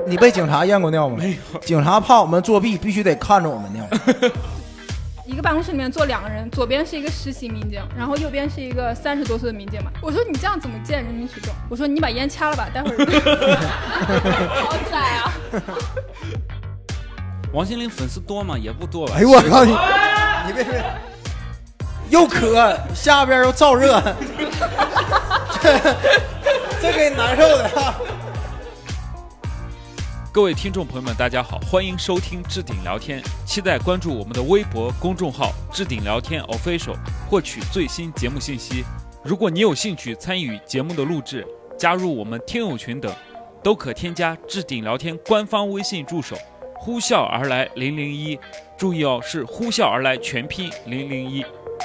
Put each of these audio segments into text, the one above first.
你被警察验过尿吗？ 没有。 警察怕我们作弊，必须得看着我们尿。 一个办公室里面坐2个人，左边是一个实习民警，然后右边是一个30多岁的民警嘛。我说你这样怎么见人民群众？我说你把烟掐了吧，待会儿。好拽啊！ 王心凌粉丝多吗？也不多吧。 哎呦我靠你别，又渴，下边又燥热，这给你难受的。 各位听众朋友们，大家好，欢迎收听置顶聊天，期待关注我们的微博公众号置顶聊天 official， 获取最新节目信息。如果你有兴趣参与节目的录制，加入我们听友群等，都可添加置顶聊天官方微信助手呼啸而来001，注意哦，是呼啸而来全拼001。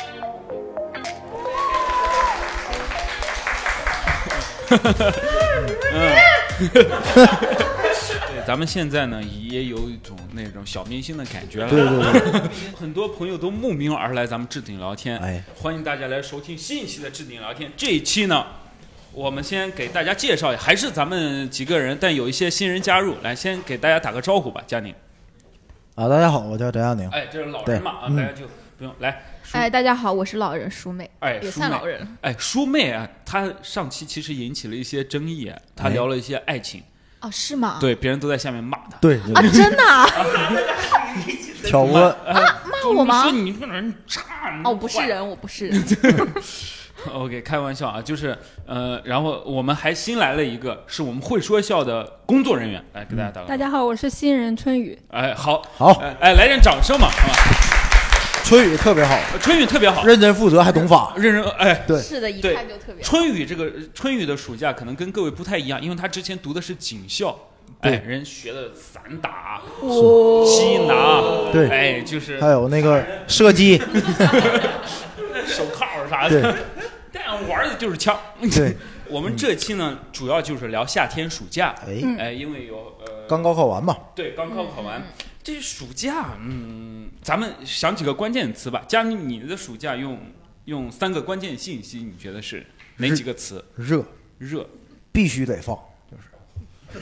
对，咱们现在呢也有一种那种小明星的感觉了。 对， 很多朋友都慕名而来咱们置顶聊天， 哎， 欢迎大家来收听新一期的置顶聊天。这一期呢，我们先给大家介绍一下，还是咱们几个人，但有一些新人加入，来先给大家打个招呼吧，佳宁。 啊，大家好，我叫翟亚宁。 哎，这是老人嘛啊，大家就不用来。 哎，大家好，我是老人舒妹， 哎， 也算老人。 哎，舒妹啊，她上期其实引起了一些争议，她聊了一些爱情。 哦，是吗？ 对，别人都在下面骂她。 对啊，真的啊？ 挑拨骂我吗？ 说你这个人差。 哦，我不是人，我不是人。 OK， 开玩笑啊，就是然后我们还新来了一个，是我们会说笑的工作人员，来给大家打个。 大家好，我是新人春雨。 哎，好， 哎， 来点掌声嘛，好吧？ 春雨特别好， 春雨特别好， 认真负责还懂法， 认真哎， 对， 是的，一看就特别好。 春雨的暑假可能跟各位不太一样，因为他之前读的是警校，哎，人学的散打、吸拿， 对， 哎，就是还有那个射击、 手铐啥的，但玩的就是枪。 对， 我们这期呢，主要就是聊夏天暑假， 哎， 因为有刚高考完吧？ 对，刚高考完。这暑假，咱们想几个关键词吧。佳宁，你的暑假用3个关键信息，你觉得是哪几个词？ 热，必须得放，就是。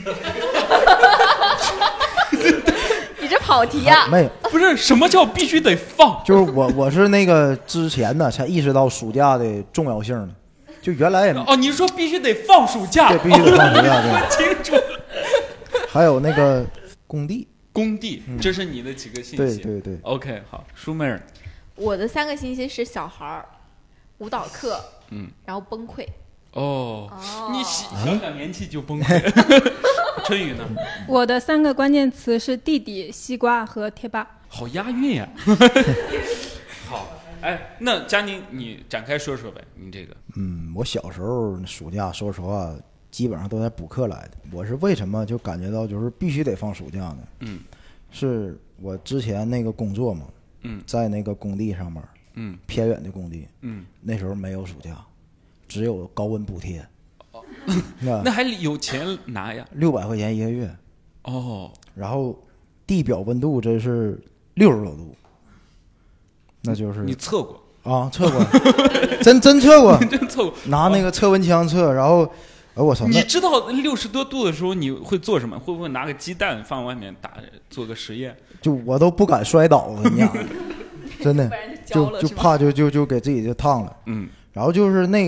你这跑题啊？ 没有， 不是什么叫必须得放？ 就是我是那个之前呢才意识到暑假的重要性的，就原来也哦，你说必须得放暑假？ 对，必须得放暑假，对。 清楚。 还有那个工地， 这是你的几个信息？ 对。 OK， 好，舒妹儿。 我的3个信息是小孩儿、舞蹈课，然后崩溃。 哦，你小年纪就崩溃。春雨呢？ 我的3个关键词是弟弟、西瓜和贴吧。 好押韵呀！好，哎，那佳宁，你展开说说呗，你这个。 我小时候暑假，说实话，基本上都在补课来的。我是为什么就感觉到就是必须得放暑假呢？是我之前那个工作嘛，在那个工地上面，偏远的工地，那时候没有暑假，只有高温补贴。 那还有钱拿呀 ？600块钱一个月。 哦。 然后地表温度真是60多度，那就是你测过啊？测过，真测过， 真测过， 拿那个测温枪测，然后。我操！ 你知道60多度的时候你会做什么？会不会拿个鸡蛋放外面打，做个实验？ 就我都不敢摔倒，我跟你讲，真的，就怕就给自己就烫了。然后就是那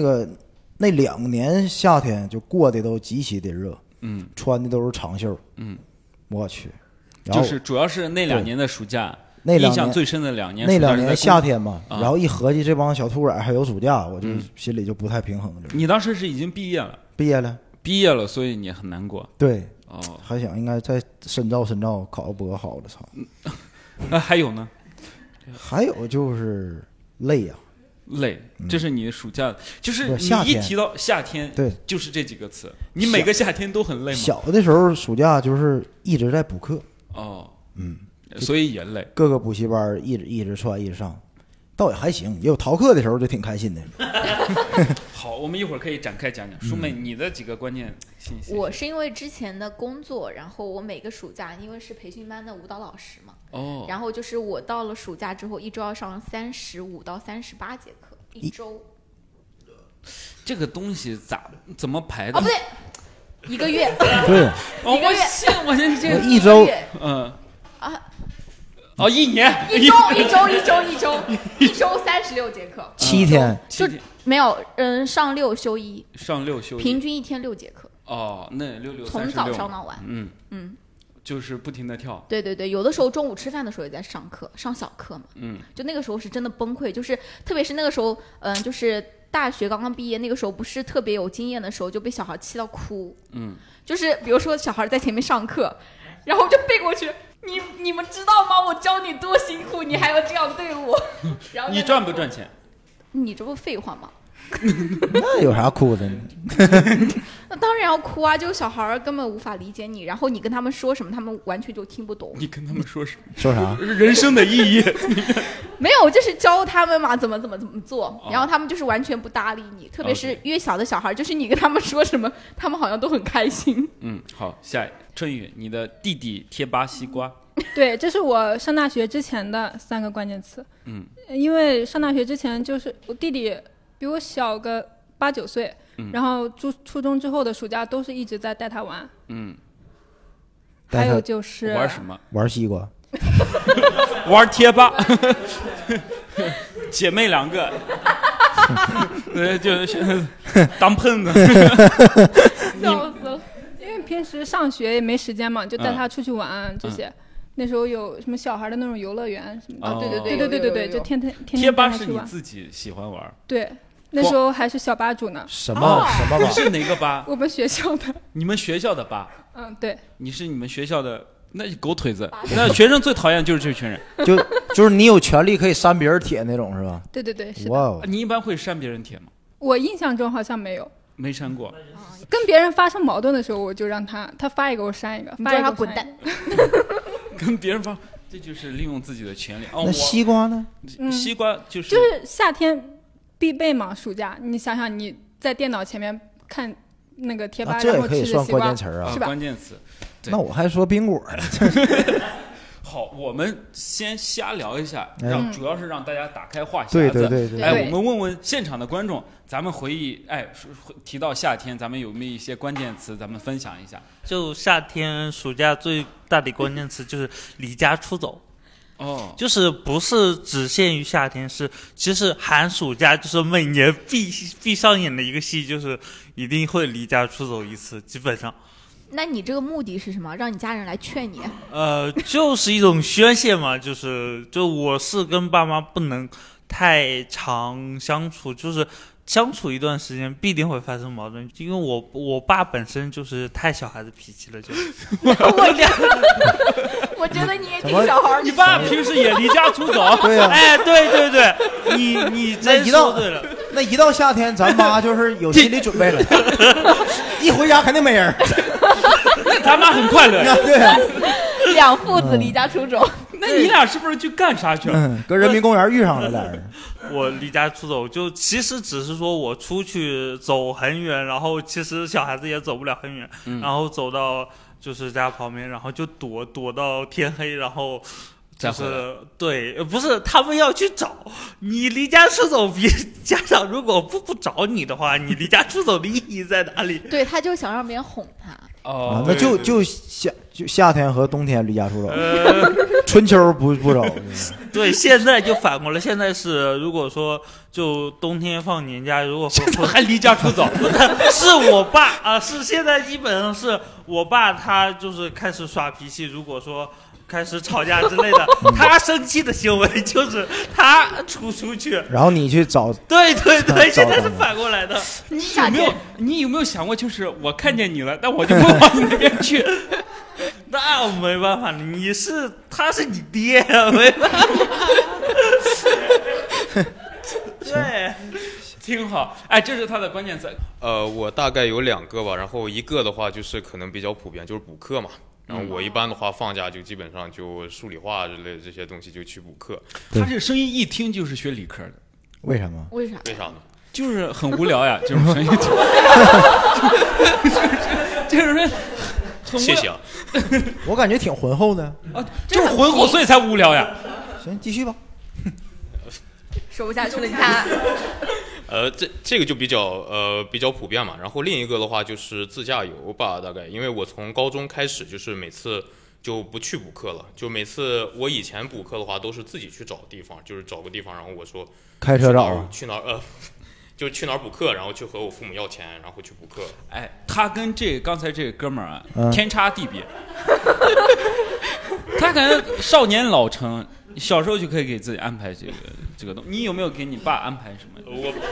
2年夏天就过得都极其的热，穿的都是长袖，我去， 就是主要是那2年的暑假， 那印象最深的2年， 那2年夏天嘛，然后一合计这帮小兔崽还有暑假，我就心里就不太平衡了。 你当时是已经毕业了？ 毕业了， 所以你很难过。 对，还想应该再深造，考个博好了，操！ 那还有呢？ 还有就是累呀， 累，这是你暑假，就是你一提到夏天， 对， 就是这几个词。你每个夏天都很累吗？ 小的时候暑假就是一直在补课， 所以也累。 各个补习班一直窜，一直上。倒也还行，也有逃课的时候就挺开心的。 好，我们一会儿可以展开讲讲。舒妹，你的几个关键信息？ 我是因为之前的工作，然后我每个暑假因为是培训班的舞蹈老师嘛，然后就是我到了暑假之后，一周要上35到38节课，一周。 这个东西怎么排的？ 哦，不对。 1个月。 对， 一个月， 我这一周， 1年， 一周36节课 ，7天， 就没有，上6休1， 上6休1， 平均1天6节课。 哦，那6 从早上到晚， 就是不停的跳。 对对对，有的时候中午吃饭的时候也在上课，上小课嘛。就那个时候是真的崩溃，就是特别是那个时候，就是大学刚刚毕业，那个时候不是特别有经验的时候，就被小孩气到哭。就是比如说小孩在前面上课，然后就背过去，你们知道吗？我教你多辛苦，你还要这样对我。然后你赚不赚钱？ 你这不废话吗？ 那有啥哭的呢？ 那当然要哭啊！就小孩根本无法理解你，然后你跟他们说什么，他们完全就听不懂。 你跟他们说什么？ 说啥？ 人生的意义？ 没有，就是教他们嘛，怎么做，然后他们就是完全不搭理你。特别是越小的小孩，就是你跟他们说什么，他们好像都很开心。 好，下春雨，你的弟弟贴吧西瓜。 对，这是我上大学之前的3个关键词。因为上大学之前就是我弟弟比我小个8、9岁，然后初中之后的暑假都是一直在带他玩。还有就是玩什么？ 玩西瓜， 玩贴吧，姐妹2个，就是当喷子， 笑死了。因为平时上学也没时间嘛，就带他出去玩这些。那时候有什么小孩的那种游乐园什么的，对，就天天贴吧是你自己喜欢玩？ 对，那时候还是小吧主呢。 什么吧？ 是哪个吧？ 我们学校的。 你们学校的吧？ 对。 你是你们学校的，那狗腿子。那学生最讨厌就是这群人。 就是你有权利可以删别人帖那种是吧？ 对，是的。 哇， 你一般会删别人帖吗？ 我印象中好像没有。 没删过。 跟别人发生矛盾的时候，我就让他发一个我删一个，发一个滚蛋。 跟别人发，这就是利用自己的权利。 那西瓜呢？ 西瓜就是夏天必备嘛，暑假你想想你在电脑前面看那个贴吧， 这也可以算关键词啊， 是吧？ 关键词。 那我还说冰果呢。 好，我们先瞎聊一下，主要是让大家打开话匣子。对。 我们问问现场的观众，咱们回忆，提到夏天，咱们有没有一些关键词，咱们分享一下？ 就夏天暑假最大的关键词就是离家出走。就是不是只限于夏天，是其实寒暑假就是每年必上演的一个戏，就是一定会离家出走一次，基本上。 那你这个目的是什么？让你家人来劝你？ 就是一种宣泄嘛，就我是跟爸妈不能太常相处，就是相处一段时间必定会发生矛盾，因为我爸本身就是太小孩子脾气了，就我觉得你也挺小孩。 你爸平时也离家出走？ 对呀。 对，你真说对了。 那一到夏天，咱妈就是有心理准备了，一回家肯定没人。 那咱妈很快乐呀。 对呀。 2父子离家出走。 那你俩是不是去干啥去了？ 搁人民公园遇上了俩人。 我离家出走，就其实只是说我出去走很远，然后其实小孩子也走不了很远，然后走到就是家旁边，然后就躲到天黑，然后就是对，不是他们要去找你离家出走，别家长如果不找你的话，你离家出走的意义在哪里？ 对，他就想让别人哄他。 那就夏天和冬天离家出走，春秋不走。 对，现在就反过来，现在是如果说就冬天放年假，如果还离家出走， 是我爸啊，是现在基本上是我爸，他就是开始耍脾气，如果说开始吵架之类的，他生气的行为就是他出去， 然后你去找。 对，现在是反过来的。 你有没有想过，就是我看见你了，但我就不往你那边去。 那我没办法，他是你爹啊，没办法。对， 挺好。这是他的关键词。 我大概有2个吧，然后一个的话就是可能比较普遍，就是补课嘛。然后我一般的话放假就基本上就数理化之类的这些东西就去补课。 他这声音一听就是学理科的， 为什么？ 为啥呢？ 就是很无聊呀，这种声音。就是谢谢啊。 我感觉挺浑厚的啊，就是浑厚，所以才无聊呀。 行，继续吧。 说不下去了，你看。 这个就比较普遍嘛。然后另一个的话就是自驾游吧，大概因为我从高中开始就是每次就不去补课了，就每次我以前补课的话都是自己去找地方，就是找个地方，然后我说开车找去哪儿就去哪儿补课，然后去和我父母要钱，然后去补课。 哎，他跟刚才这个哥们儿天差地别。他可能少年老成，小时候就可以给自己安排这个东西。你有没有给你爸安排什么？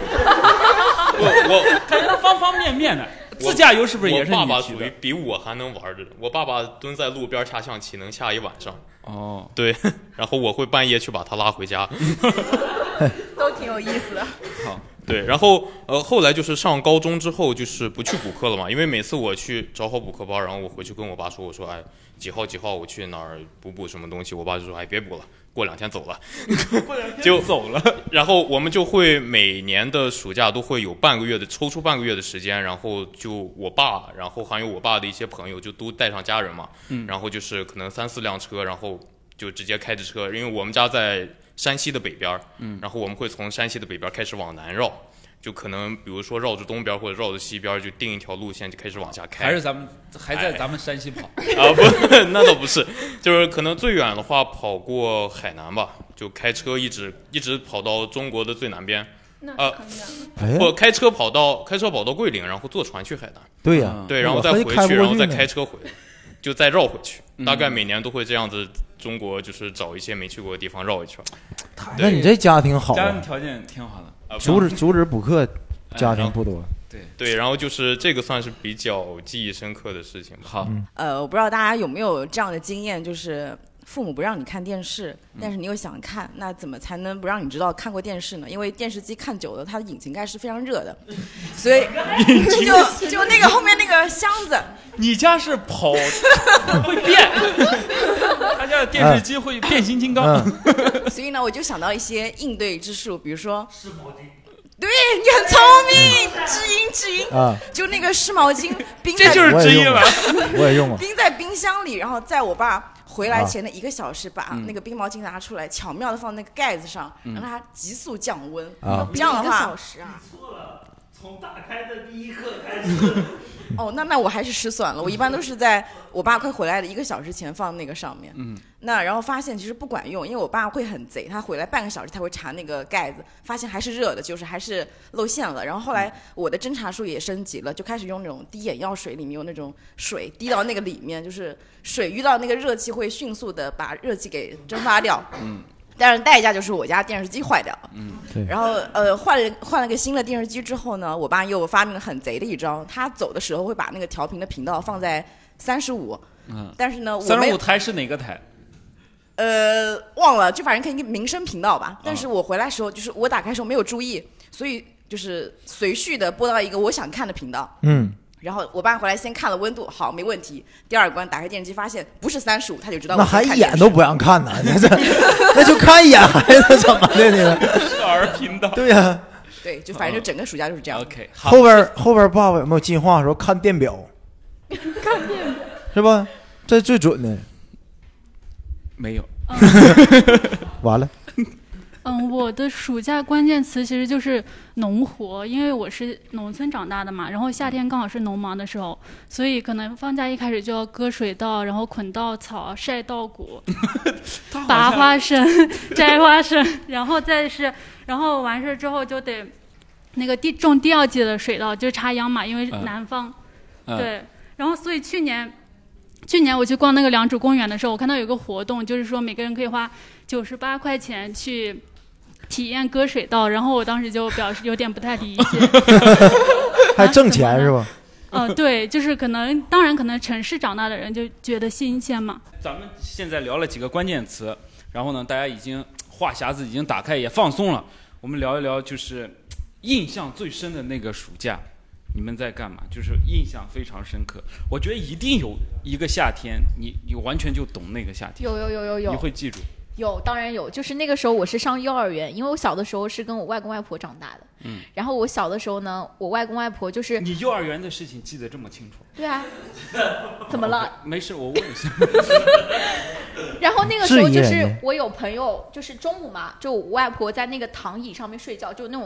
我感觉他方方面面的。自驾游是不是也是你我爸爸属于比我还能玩的人？我爸爸蹲在路边下象棋能下一晚上。 哦， 对，然后我会半夜去把他拉回家。 都挺有意思的。 好。 对，然后后来就是上高中之后就是不去补课了嘛，因为每次我去找好补课班，然后我回去跟我爸说，我说哎几号我去哪儿补什么东西，我爸就说哎别补了，过2天走了， 就走了。 然后我们就会每年的暑假都会有抽出半个月的时间，然后就我爸，然后还有我爸的一些朋友就都带上家人嘛，然后就是可能3-4辆车，然后就直接开着车，因为我们家在山西的北边，然后我们会从山西的北边开始往南绕，就可能比如说绕着东边或者绕着西边，就定一条路线就开始往下开。 还在咱们山西跑啊？不，那倒不是，就是可能最远的话跑过海南吧，就开车一直跑到中国的最南边。 或开车跑到桂林，然后坐船去海南。 对呀， 对，然后再回去，然后再开车回来，就再绕回去。大概每年都会这样子，中国就是找一些没去过的地方绕一圈。 那你这家庭好， 家庭条件挺好的。 阻止补课家庭不多。 对，然后就是这个算是比较记忆深刻的事情吧。 好， 我不知道大家有没有这样的经验，就是父母不让你看电视，但是你又想看，那怎么才能不让你知道看过电视呢？因为电视机看久了，它的引擎盖是非常热的，所以就那个后面那个箱子。 你家是跑会变，他家的电视机会变形金刚。 所以呢，我就想到一些应对之术，比如说湿毛巾。对，你很聪明，知音啊！就那个湿毛巾冰在， 这就是知音了。 我也用过。 冰在冰箱里，然后在我爸回来前的1个小时，把那个冰毛巾拿出来，巧妙的放那个盖子上，让它急速降温。这样的话，1个小时啊！ 你错了，从打开的第一刻开始。 哦，那我还是失算了。我一般都是在我爸快回来的1个小时前放那个上面。那然后发现其实不管用，因为我爸会很贼，他回来半个小时他会查那个盖子，发现还是热的，就是还是露馅了。然后后来我的侦查术也升级了，就开始用那种滴眼药水，里面有那种水滴到那个里面，就是水遇到那个热气会迅速的把热气给蒸发掉。但是代价就是我家电视机坏掉了。然后换了个新的电视机之后呢，我爸又发明了很贼的一招，他走的时候会把那个调频的频道放在35。但是呢，我 35台是哪个台？ 忘了，就反正可以民生频道吧。但是我回来的时候，就是我打开的时候没有注意，所以就是随序的播到一个我想看的频道。然后我爸回来先看了温度，好，没问题。第2关打开电视机，发现不是35，他就知道我那还一眼都不让看呢，那就看一眼孩子怎么的呢？ 少儿频道。 对呀。 对，就反正就整个暑假就是这样。 OK， 后边爸爸有没有进化的时候看电表？ 看电表是吧？这最准的。 没有。 完了。 我的暑假关键词其实就是农活，因为我是农村长大的嘛，然后夏天刚好是农忙的时候，所以可能放假一开始就要割水稻，然后捆稻草、晒稻谷、拔花生、摘花生，然后完事之后就得那个种第2季的水稻，就是插秧嘛，因为南方。对，然后所以去年我去逛那个良渚公园的时候，我看到有个活动，就是说每个人可以花98块钱去体验割水稻，然后我当时就表示有点不太理解。 还挣钱是吧？ 对，就是当然可能城市长大的人就觉得新鲜嘛。 咱们现在聊了几个关键词，然后呢，大家已经话匣子已经打开，也放松了。我们聊一聊，就是印象最深的那个暑假，你们在干嘛？就是印象非常深刻。我觉得一定有一个夏天，你完全就懂那个夏天。 有， 你会记住。 有，当然有。就是那个时候我是上幼儿园，因为我小的时候是跟我外公外婆长大的。然后我小的时候呢，我外公外婆就是。 你幼儿园的事情记得这么清楚？ 对啊。怎么了？ 没事，我问一下。 然后那个时候就是我有朋友，就是中午嘛，就我外婆在那个躺椅上面睡觉，就那种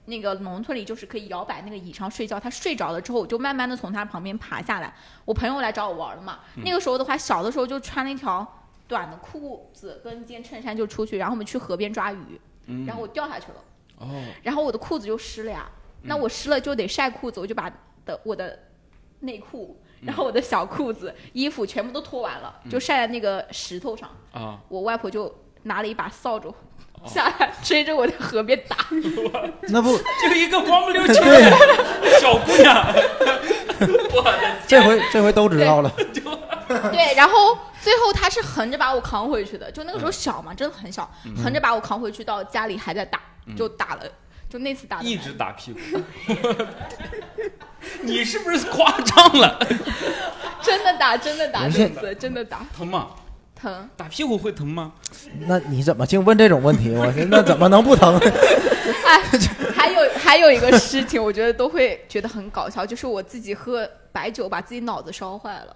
那个农村里就是可以摇摆那个椅上睡觉，他睡着了之后，我就慢慢的从他旁边爬下来。我朋友来找我玩了嘛，那个时候的话，小的时候就穿了一条短的裤子跟一件衬衫就出去，然后我们去河边抓鱼，然后我掉下去了，然后我的裤子就湿了呀，那我湿了就得晒裤子，我就把我的内裤，然后我的小裤子、衣服全部都脱完了，就晒在那个石头上。我外婆就拿了一把扫帚下来追着我在河边打。 那不就一个光不溜秋的小姑娘，我的这回都知道了。 对，然后最后他是横着把我扛回去的，就那个时候小嘛，真的很小，横着把我扛回去到家里还在打，就打了，就那次打的一直打屁股。你是不是夸张了？ 真的打，真的打，这次真的打。 疼吗？ 疼。 打屁股会疼吗？ 那你怎么净问这种问题？我那怎么能不疼？ 哎，还有一个事情，我觉得都会觉得很搞笑，就是我自己喝白酒把自己脑子烧坏了。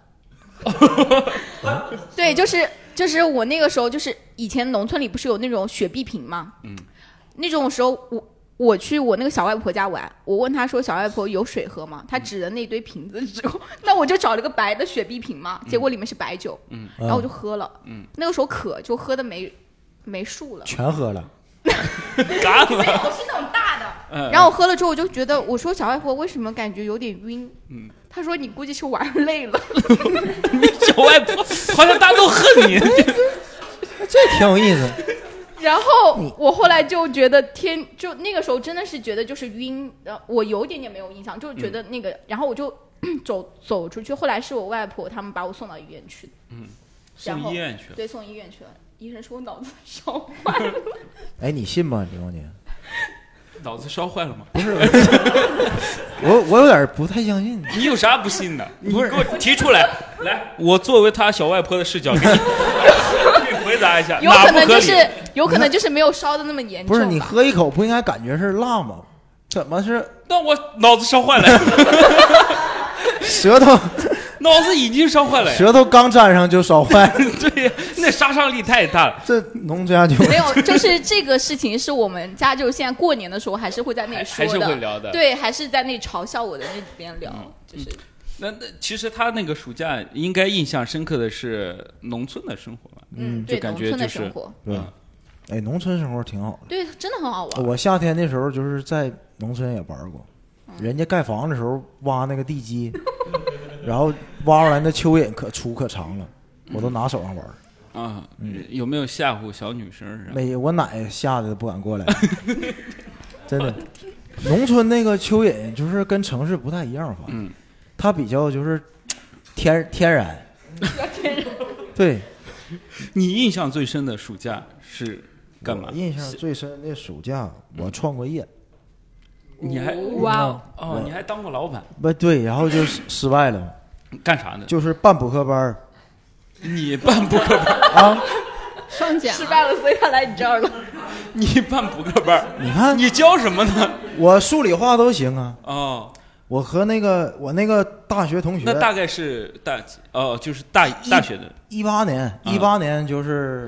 对，就是我那个时候，就是以前农村里不是有那种雪碧瓶吗？那种时候我去我那个小外婆家玩，我问她说小外婆有水喝吗？她指着那堆瓶子之后，那我就找了个白的雪碧瓶嘛，结果里面是白酒，然后我就喝了，那个时候渴就喝的没数了， 全喝了， 干了， 没有是那种大的，然后我喝了之后我就觉得，我说小外婆为什么感觉有点晕？她说你估计是玩累了。 你小外婆好像大家都恨你， 这挺有意思。 然后我后来就觉得就那个时候真的是觉得就是晕，我有点没有印象，就觉得那个，然后我就走出去。后来是我外婆他们把我送到医院去的， 送医院去了。 对，送医院去了。医生说我脑子烧坏了。 哎，你信吗，李光洁？ 脑子烧坏了吗？ 不是，我有点不太相信。 你有啥不信的？你给我提出来，来，我作为他小外婆的视角给你回答一下。 有可能就是没有烧的那么严重。 不是，你喝一口不应该感觉是辣吗？怎么是？ 那我脑子烧坏了， 舌头。 脑子已经烧坏了呀， 舌头刚沾上就烧坏了。 对，那杀伤力太大了。 这农家就没有，就是这个事情是我们家就现在过年的时候还是会在那里说的， 还是会聊的。 对，还是在那里嘲笑我的那边聊，就是。 那其实他那个暑假应该印象深刻的是农村的生活吧？ 对， 就感觉就是农村的生活。 对，哎，农村生活挺好的。 对，真的很好玩。 我夏天的时候就是在农村也玩过，人家盖房的时候挖那个地基。然后挖出来那蚯蚓可粗可长了，我都拿手上玩。 有没有吓唬小女生？ 没，我奶吓得不敢过来。真的，农村那个蚯蚓就是跟城市不太一样，它比较就是天然。对， 你印象最深的暑假是干嘛？ 印象最深的暑假，我创过业。 你还哇哦，你还当过老板？ 不对，然后就失败了。 干啥呢？ 就是办补课班。 你办补课班啊？ 上奖失败了，所以他来你这儿了。 你办补课班？ 你看你教什么呢？ 我数理化都行啊。 哦， 我和我那个大学同学。 那大概是就是大学的。 18年就是，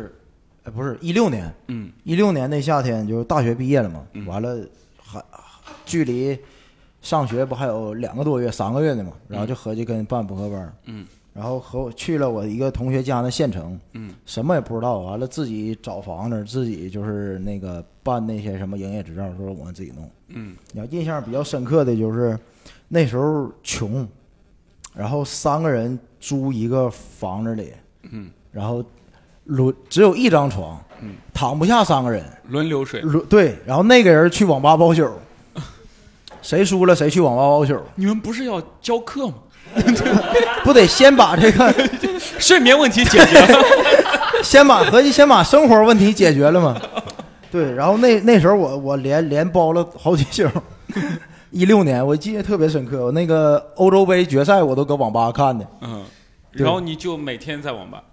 不是16年。16年那夏天就是大学毕业了嘛，完了距离上学不还有2个多月、3个月呢嘛，然后就合计跟办补课班，然后和我去了我一个同学家的县城，什么也不知道，完了自己找房子，自己就是那个办那些什么营业执照，说我们自己弄，你要印象比较深刻的就是那时候穷，然后3个人租一个房子里，然后只有1张床，躺不下3个人， 轮流睡。 对，然后那个人去网吧包宿，谁输了谁去网吧包宿。 你们不是要教课吗？ 不得先把这个睡眠问题解决了， 先把生活问题解决了嘛。对，然后那时候我连包了好几宿。16年我记得特别深刻，我那个欧洲杯决赛我都搁网吧看的。 然后你就每天在网吧。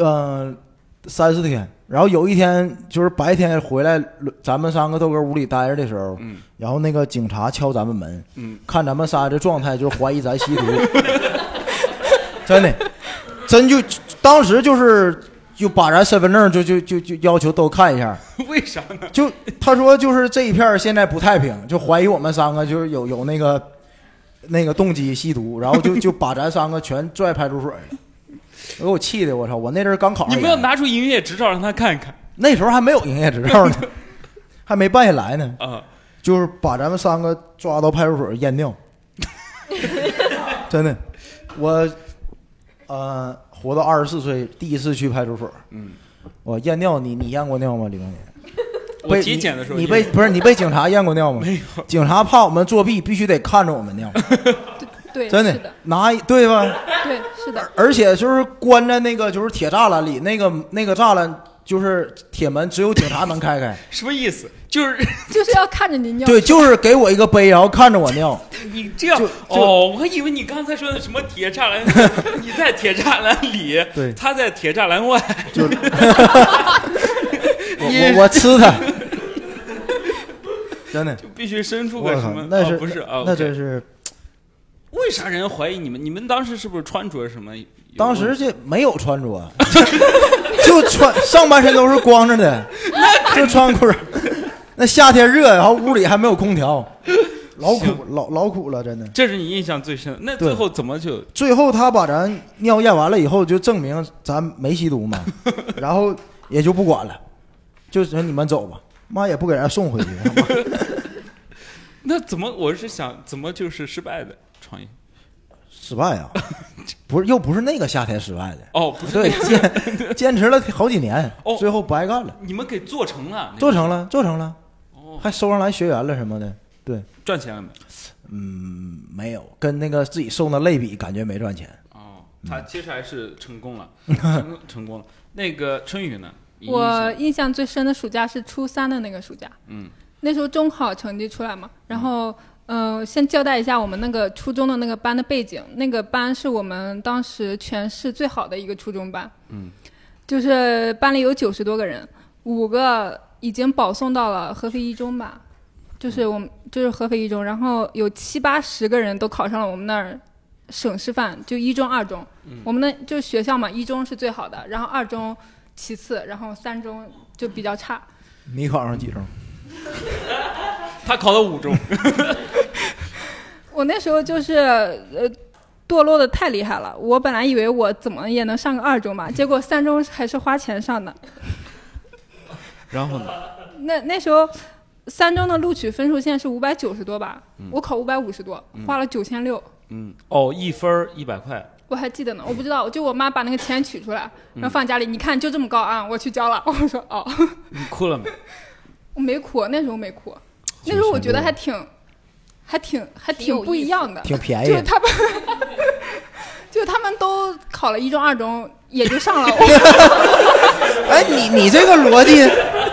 3-4天，然后有一天就是白天回来，咱们3个都搁屋里待着的时候，然后那个警察敲咱们门，看咱们仨这状态，就怀疑咱吸毒，真的，就当时就是就把咱身份证就要求都看一下。 为啥呢？ 就他说就是这一片现在不太平，就怀疑我们3个就是有那个动机吸毒，然后就把咱3个全拽派出所了。给我气的我操！我那阵刚考上。 你们要拿出营业执照让他看一看。 那时候还没有营业执照呢，还没办下来呢。 啊， 就是把咱们3个抓到派出所验尿。真的，我活到24岁第一次去派出所。我验尿，你验过尿吗，李光年？ 我体检的时候你被警察验过尿吗？ 没有。 警察怕我们作弊，必须得看着我们尿。 对， 真的是的， 对吧？ 对，是的。 而且就是关在那个就是铁栅栏里，那个栅栏就是铁门，只有警察能开开。 什么意思？就是要看着你尿。 对，就是给我一个杯，然后看着我尿。 你这样我还以为你刚才说的什么铁栅栏，你在铁栅栏里， 对， 他在铁栅栏外。 就我吃他。真的就必须伸出个什么？ 那是不是啊？ 那这是为啥人怀疑你们？你们当时是不是穿着什么？ 当时这没有穿着，就穿上半身都是光着的，就穿裤。那夏天热，然后屋里还没有空调，老苦了，真的。 这是你印象最深的。那最后怎么就？ 最后他把咱尿验完了以后，就证明咱没吸毒嘛，然后也就不管了，就说你们走吧。妈也不给人家送回去。 那怎么？我是想怎么就是失败的创业？ 失败啊？不是，又不是那个夏天失败的。 哦，不是， 对，坚持了好几年，最后不爱干了。 你们给做成了？ 做成了。哦，还收上来学员了什么的。对， 赚钱了没？ 没有，跟那个自己受的累比，感觉没赚钱。 哦，他其实还是成功了，成功了。那个春雨呢？ 我印象最深的暑假是初3的那个暑假。那时候中考成绩出来嘛，然后先交代一下我们那个初中的那个班的背景。那个班是我们当时全市最好的一个初中班。就是班里有90多个人，5个已经保送到了合肥一中吧，就是合肥一中，然后有70-80个人都考上了我们那儿省师范，就一中、二中。我们那就是学校嘛，一中是最好的，然后二中其次，然后3中就比较差。 你考上几中？ 他考了5中。 我那时候就是堕落的太厉害了，我本来以为我怎么也能上个2中吧，结果3中还是花钱上的。 然后呢？ 那时候3中的录取分数线是590多吧，我考550多，花了9600。 一分100块。 我还记得呢，我不知道，就我妈把那个钱取出来，然后放家里，你看就这么高啊，我去交了。我说哦。 你哭了没？ 我没哭，那时候没哭，那时候我觉得还挺不一样的， 挺便宜。 就是他们都考了一中、二中，也就上了。 哎，你这个逻辑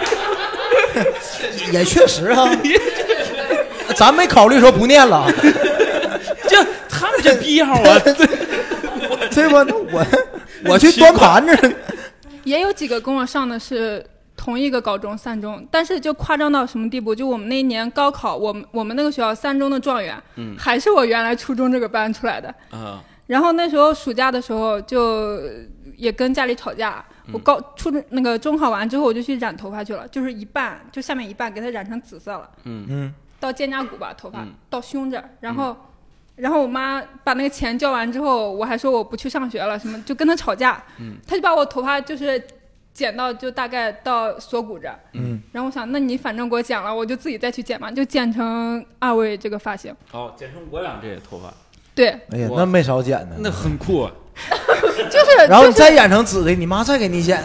也确实啊，咱没考虑说不念了。 就他们这逼样我。 对吧？那我去端盘子。 也有几个跟我上的是同一个高中3中，但是就夸张到什么地步？就我们那一年高考，我们那个学校3中的状元，还是我原来初中这个班出来的。然后那时候暑假的时候就也跟家里吵架，我那个中考完之后我就去染头发去了，就是一半，就下面一半给它染成紫色了。到肩胛骨吧，头发到胸这儿，然后我妈把那个钱交完之后，我还说我不去上学了，什么就跟她吵架。她就把我头发就是剪到就大概到锁骨这儿。然后我想，那你反正给我剪了，我就自己再去剪嘛，就剪成2位这个发型。 剪成我俩这头发。 对。 哎呀，那没少剪呢。 那很酷啊。 就是。 然后你再染成紫的，你妈再给你剪。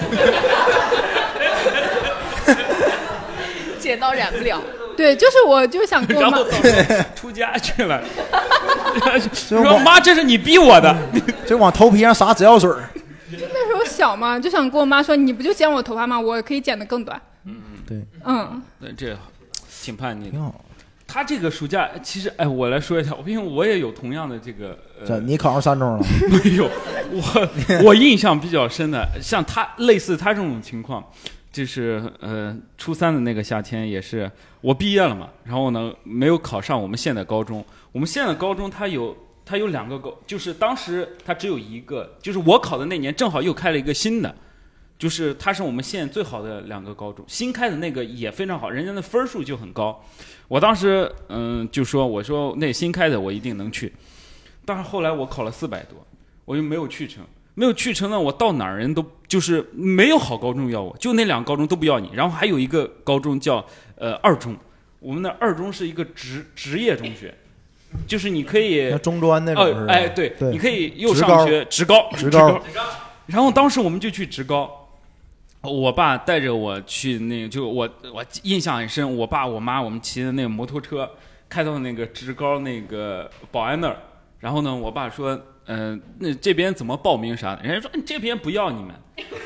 剪到染不了。 对，就是我就想跟我妈出家去了。说妈，这是你逼我的， 就往头皮上撒紫药水。 那时候小嘛，就想跟我妈说，你不就剪我头发吗？我可以剪得更短。 对。 这挺叛逆的。 挺好。 他这个暑假其实，我来说一下，因为我也有同样的这个。 你考上3中了？ 没有，我印象比较深的，像他类似他这种情况。就是初3的那个夏天，也是我毕业了嘛，然后呢没有考上我们县的高中。我们县的高中它有2个就是当时它只有一个，就是我考的那年正好又开了一个新的， 就是它是我们县最好的2个高中，新开的那个也非常好，人家的分数就很高。我当时就说我说那新开的我一定能去，但是后来我考了400多，我就没有去成。没有去成呢，我到哪儿人都就是没有好高中要我，就那2个高中都不要你。然后还有一个高中叫二中，我们的二中是一个职业中学，就是你可以像中专那种是吧？ 哎对，你可以又上学职高。然后当时我们就去职高，我爸带着我去那个，就我印象很深，我爸我妈我们骑的那个摩托车开到那个职高那个保安那儿，然后呢，我爸说。那这边怎么报名啥的？人家说这边不要你们，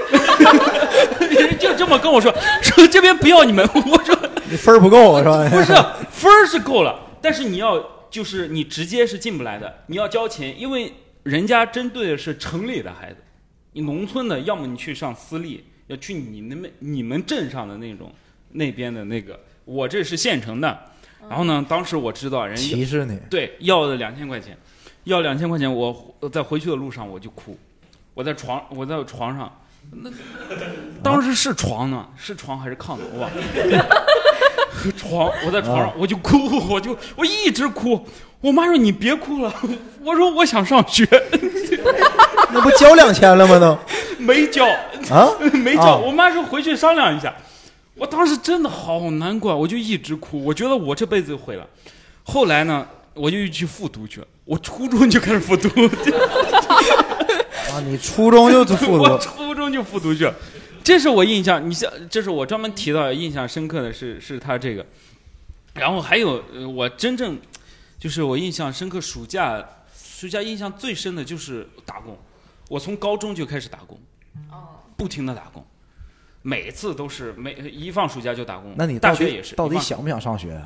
就这么跟我说这边不要你们。我说你分不够是吧？ 不是分是够了，但是你要就是你直接是进不来的，你要交钱，因为人家针对的是城里的孩子，你农村的要么你去上私立，要去你们镇上的那种那边的那个，我这是县城的。然后呢，当时我知道人歧视你， 对，要的2000块钱。要2000块钱，我在回去的路上我就哭，我在床上，那当时是床呢，是床还是炕呢？我忘了。我在床上我就哭，我一直哭。我妈说你别哭了，我说我想上学。 那不交2000了吗？都没交啊， 没交。我妈说回去商量一下。我当时真的好难过，我就一直哭，我觉得我这辈子就毁了。后来呢？我就去复读去了，我初中就开始复读。 啊，你初中就复读？ 我初中就复读去了，这是我印象。这是我专门提到印象深刻的是他这个。然后还有我真正就是我印象深刻，暑假印象最深的就是打工。我从高中就开始打工，不停的打工。每次都是一放暑假就打工。 那你大学也是？ 到底想不想上学啊？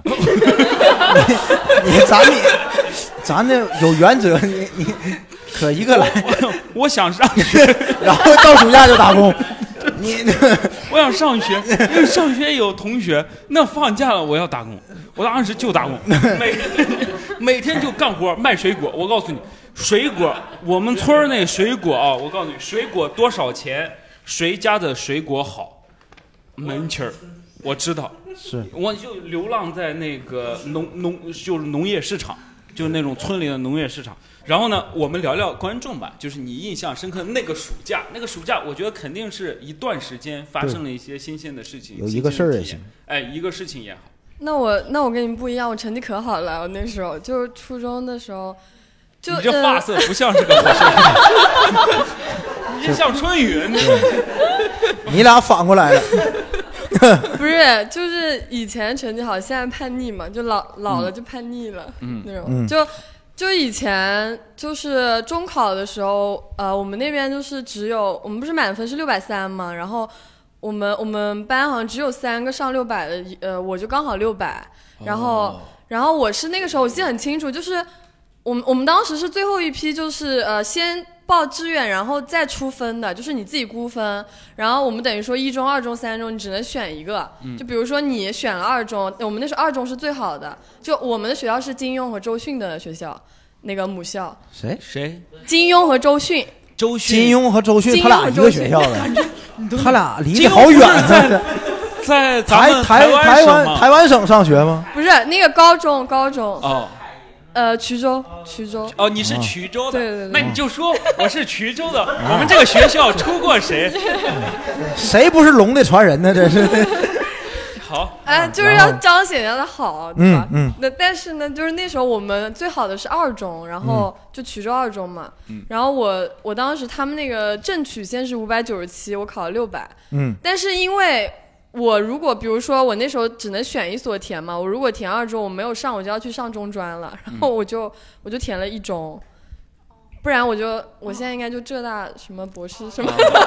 咱这有原则，你可一个来。 我想上学， 然后到暑假就打工。 我想上学，因为上学有同学，那放假了我要打工。我当时就打工，每天就干活卖水果。我告诉你，水果我们村那水果啊，我告诉你，水果多少钱？谁家的水果好，门气儿，我知道。 是， 我就流浪在那个就是农业市场，就是那种村里的农业市场。然后呢，我们聊聊观众吧，就是你印象深刻那个暑假，我觉得肯定是一段时间发生了一些新鲜的事情， 有一个事儿也行， 哎，一个事情也好。 那我跟你们不一样，我成绩可好了，我那时候就是初中的时候。 你这发色不像是个好学生，你这像春雨。 你俩反过来了。 不是，就是以前成绩好，现在叛逆嘛，就老了就叛逆了，那种。就以前就是中考的时候，我们那边就是我们不是满分是630嘛，然后我们班好像只有3个上600的，我就刚好600，然后我是那个时候我记得很清楚，就是。我们当时是最后一批，就是先报志愿，然后再出分的，就是你自己估分。然后我们等于说1中、2中、3中，你只能选一个。就比如说你选了2中，我们那时候2中是最好的。就我们的学校是金庸和周迅的学校，那个母校。 谁？ 金庸和周迅。 金庸和周迅，他俩一个学校的，他俩离得好远啊。 在台湾省上学吗？ 不是，那个高中。 哦。 衢州。 哦，你是衢州的， 对。 那你就说我是衢州的，我们这个学校出过谁？ 谁不是龙的传人呢？这是。 好。 就是要彰显人家的好，对吧？那但是呢，就是那时候我们最好的是2中，然后就衢州2中嘛。然后我当时他们那个正曲线是597，我考了600。但是因为。我如果比如说我那时候只能选一所填嘛，我如果填2中我没有上，我就要去上中专了，然后我就填了1中，不然我现在应该就浙大什么博士什么。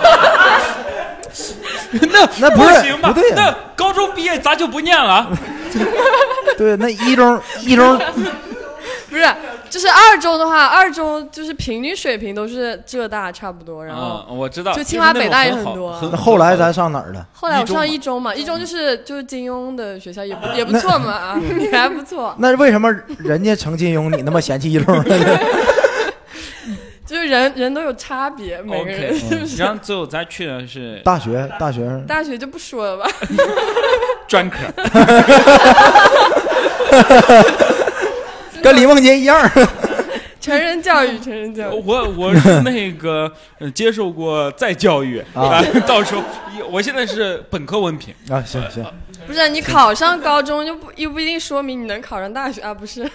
那不行吧？ 不对， 那高中毕业咱就不念了。 对，那一中不是，就是2中的话，2中就是平均水平都是浙大差不多，然后我知道， 就清华北大也很多。 那后来咱上哪儿了？ 后来我上1中嘛，1中就是金庸的学校，也不错嘛，也还不错。 那为什么人家成金庸，你那么嫌弃1中呢？ 就是人都有差别，每个人。 Okay, 然后最后咱去的是大学就不说了吧。 专科。 跟李梦洁一样。 成人教育。 我是那个接受过再教育啊，到时候我现在是本科文凭啊，行。 不是你考上高中又不一定说明你能考上大学啊，不是？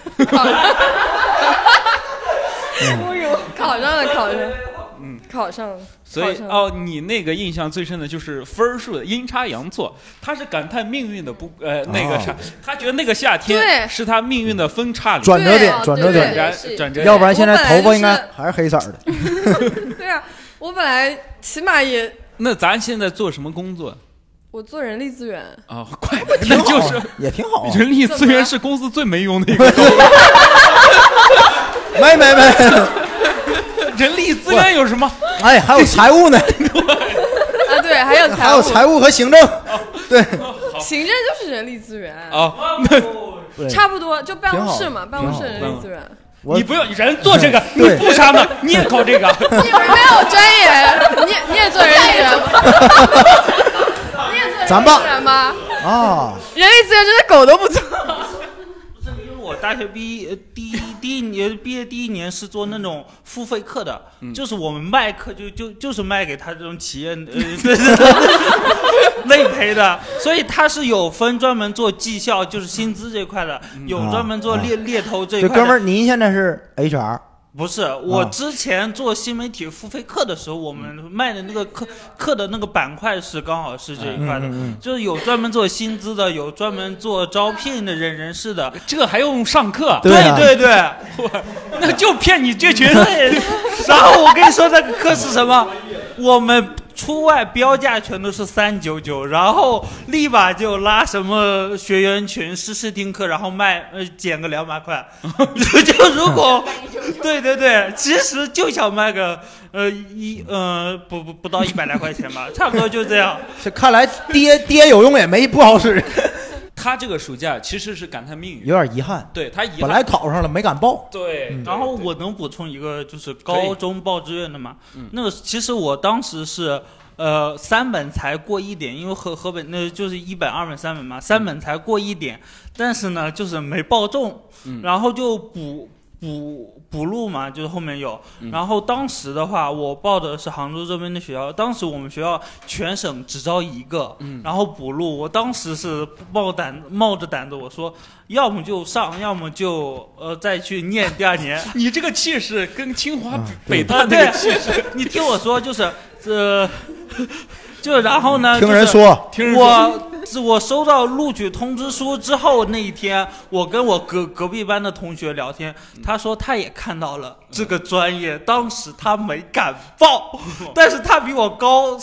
考上了。考上了。 所以你那个印象最深的就是分数的阴差阳错，他是感叹命运的那个啥，他觉得那个夏天是他命运的分叉里转折点，要不然现在头发应该还是黑色的。 对啊，我本来起码也。 那咱现在做什么工作？ 我做人力资源啊，怪不得，那就是也挺好。 人力资源是公司最没用的一个工作。 没。 人力资源有什么？ 哎，还有财务呢。 啊，对，还有财务和行政。对， 行政就是人力资源啊， 差不多就办公室嘛，办公室人力资源。 你不要人做这个，你不啥呢？你也搞这个？ 你不是没有专业，你也做人力资源吗？你也做人力资源吗？ 啊， 人力资源真的狗都不做。 我大学毕业第一年是做那种付费课的，就是我们卖课就是卖给他这种企业内培的，所以他是有分专门做绩效，就是薪资这块的，有专门做猎头这一块的。 哥们儿，您现在是 HR？ 不是，我之前做新媒体付费课的时候，我们卖的那个课的那个板块是刚好是这一块的，就是有专门做薪资的，有专门做招聘的人事的， 这还用上课？ 对， 那就骗你这群人。 然后我跟你说那个课是什么？我们出外标价全都是399，然后立马就拉什么学员群试听课，然后卖减个200块。就如果对，其实就想卖个不到100来块钱吧，差不多就这样。 这看来爹有用也没不好使。 他这个暑假其实是感叹命运， 有点遗憾。 对他遗憾， 本来考上了没敢报。 对， 然后我能补充一个，就是高中报志愿的嘛。那个其实我当时是3本才过1点，因为河北那就是1本、2本、3本嘛，3本才过1点，但是呢就是没报中，然后就补录嘛，就是后面有。然后当时的话，我报的是杭州这边的学校，当时我们学校全省只招1个，然后补录。我当时是冒着胆子，我说要么就上，要么就再去念第2年。 你这个气势跟清华北大那个气势， 你听我说，就是就然后呢， 听人说， 我收到录取通知书之后那一天，我跟我隔壁班的同学聊天，他说他也看到了这个专业，当时他没敢报，但是他比我高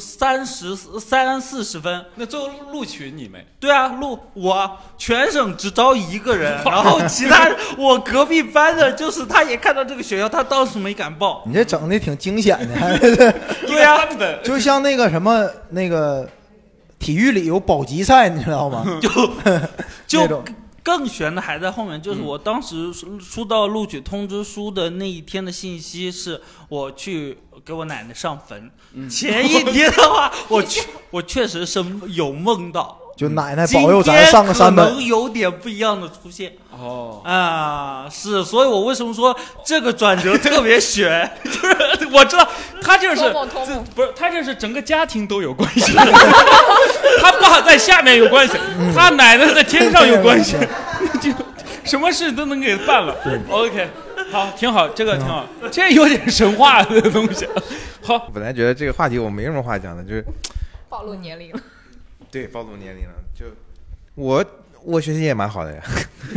30-40分。 那最后录取你没？ 对啊，我全省只招1个人，然后其他我隔壁班的，就是他也看到这个学校，他当时没敢报。 你这整的挺惊险的。 对啊， 就像那个什么那个体育里有保级赛，你知道吗？ 就更悬的还在后面，就是我当时收到录取通知书的那一天的信息，是我去给我奶奶上坟。前一天的话，我确实是有梦到， 就奶奶保佑咱上个3本， 可能有点不一样的出现。是，所以我为什么说这个转折特别悬？ 就是我知道他这是不是他这是整个家庭都有关系，他爸在下面有关系，他奶奶在天上有关系，就什么事都能给办了。OK， 好，挺好，这个挺好，这有点神话的东西。好， 本来觉得这个话题我没什么话讲的，就是暴露年龄了。 对，暴露年龄了。就我学习也蛮好的呀。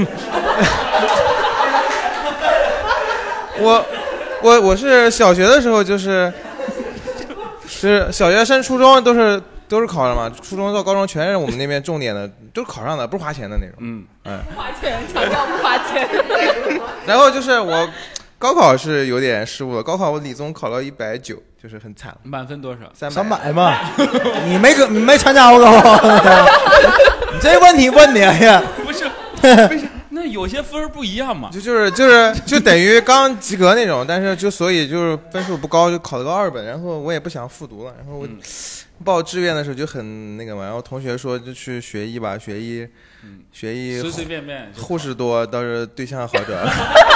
我是小学的时候就是小学升初中都是考上嘛，初中到高中全是我们那边重点的，都是考上的，不是花钱的那种。 不花钱，强调不花钱。 然后就是我高考是有点失误了，高考我理综考了190，就是很惨。 满分多少 ？300嘛。你没参加过高考？你这问题问的，哎呀， 不是，那是有些分不一样嘛， 就等于刚及格那种，但是所以就是分数不高，就考了个2本，然后我也不想复读了，然后我报志愿的时候就很那个嘛，然后同学说就去学医吧，学医随随便便护士多，倒是对象好点。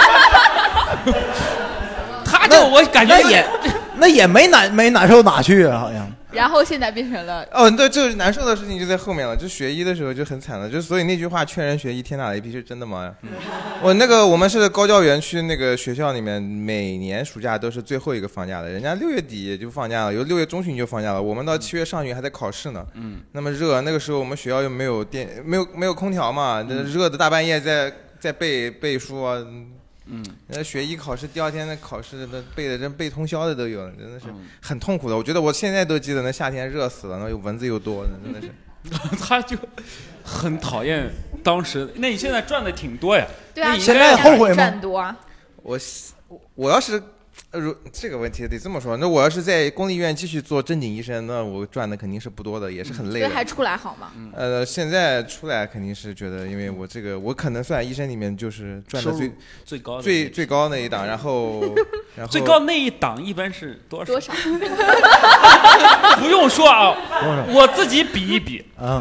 他就我感觉那也没难受哪去啊，好像。 然后现在变成了对，就是难受的事情就在后面了。就学医的时候就很惨了，就所以那句话劝人学医天打雷劈是真的吗？我们是高教园区那个学校里面，每年暑假都是最后一个放假的，人家6月底就放假了，有6月中旬就放假了，我们到7月上旬还在考试呢。那么热，那个时候我们学校又没有没有空调嘛，热的大半夜在背书啊。那学医考试第2天的考试的背的真背通宵的都有，真的是很痛苦的。我觉得我现在都记得那夏天热死了，那蚊子又多，真的是。 他就很讨厌当时。那你现在赚的挺多呀？ 对啊， 现在后悔吗？ 赚多啊！ 我要是这个问题得这么说，那我要是在公立医院继续做正经医生，那我赚的肯定是不多的，也是很累的。 所以还出来好吗？ 现在出来肯定是觉得，因为我可能算医生里面就是赚的最高的最高那一档，然后最高那一档一般是多少？不用说啊，我自己比一比啊。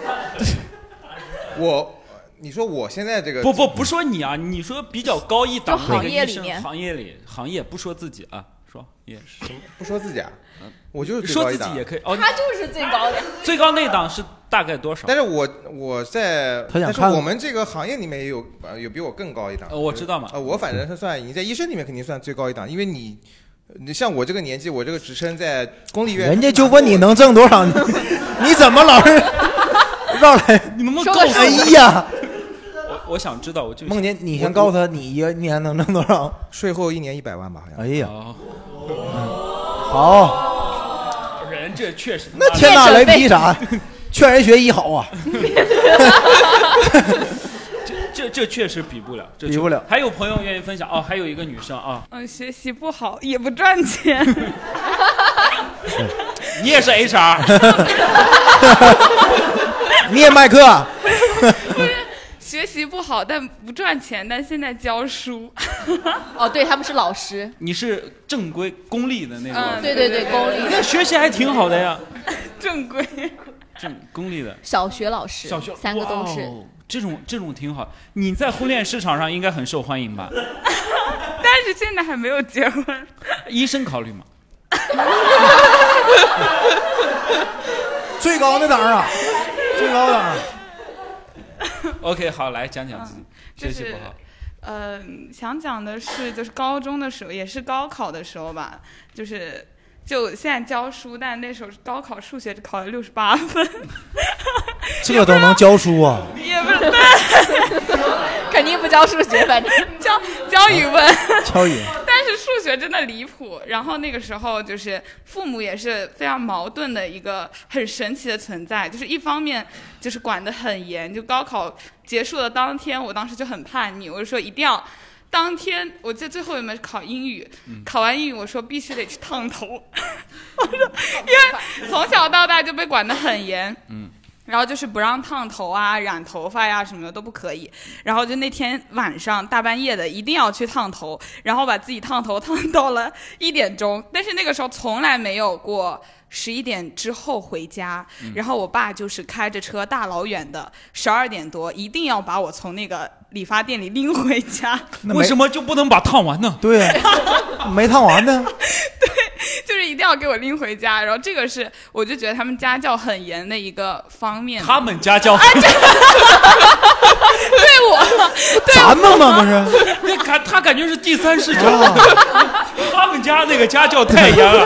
你说我现在这个不说你啊，你说比较高一档行业里面， 行业不说自己啊，说也是不说自己啊，我就是说自己也可以哦， 他就是最高的， 最高那档是大概多少？ 但是但是我们这个行业里面也有比我更高一档， 我知道嘛， 我反正是算你在医生里面肯定算最高一档，因为你像我这个年纪，我这个职称在公立医院， 人家就问你能挣多少，你怎么老是绕来？ 你能不能告诉我？ 哎呀！ 我想知道， 梦姐，你先告诉他，你一年能挣多少？ 税后1年100万吧，好像。 哎呀，好， 人这确实那天打雷劈啥？劝人学医好啊。 这确实比不了， 比不了。 还有朋友愿意分享哦，还有一个女生啊， 学习不好也不赚钱。 你也是 HR， 你也卖课。 学习不好，但不赚钱，但现在教书。 哦，对，他们是老师。 你是正规公立的那种？ 对，公立。 那学习还挺好的呀。 正规。 公立的。 小学老师。小学3个都是。 这种挺好。你在婚恋市场上应该很受欢迎吧？ 但是现在还没有结婚。 医生考虑吗？ 最高的档啊！最高档。 OK， 好，来讲讲自己学习不好。 想讲的是，就是高中的时候，也是高考的时候吧，就现在教书，但那时候高考数学只考了68分。 这都能教书啊？ 也不是，对， 肯定不教数学，反正教语文。 教语。 但是数学真的离谱。然后那个时候就是父母也是非常矛盾的一个很神奇的存在，就是一方面就是管得很严，就高考结束的当天，我当时就很叛逆，我就说一定要。当天我记得最后一门考英语，考完英语我说必须得去烫头，我说因为从小到大就被管得很严，然后就是不让烫头啊、染头发呀什么的都不可以，然后就那天晚上大半夜的一定要去烫头，然后把自己烫头烫到了1点钟，但是那个时候从来没有过11点之后回家，然后我爸就是开着车大老远的12点多一定要把我从那个理发店里拎回家。 为什么就不能把烫完呢？ 对呀，没烫完呢。 对，就是一定要给我拎回家。然后这个是我就觉得他们家教很严的一个方面。 他们家教对我，对咱们吗？不是， 那他感觉是第三视角。他们家那个家教太严了，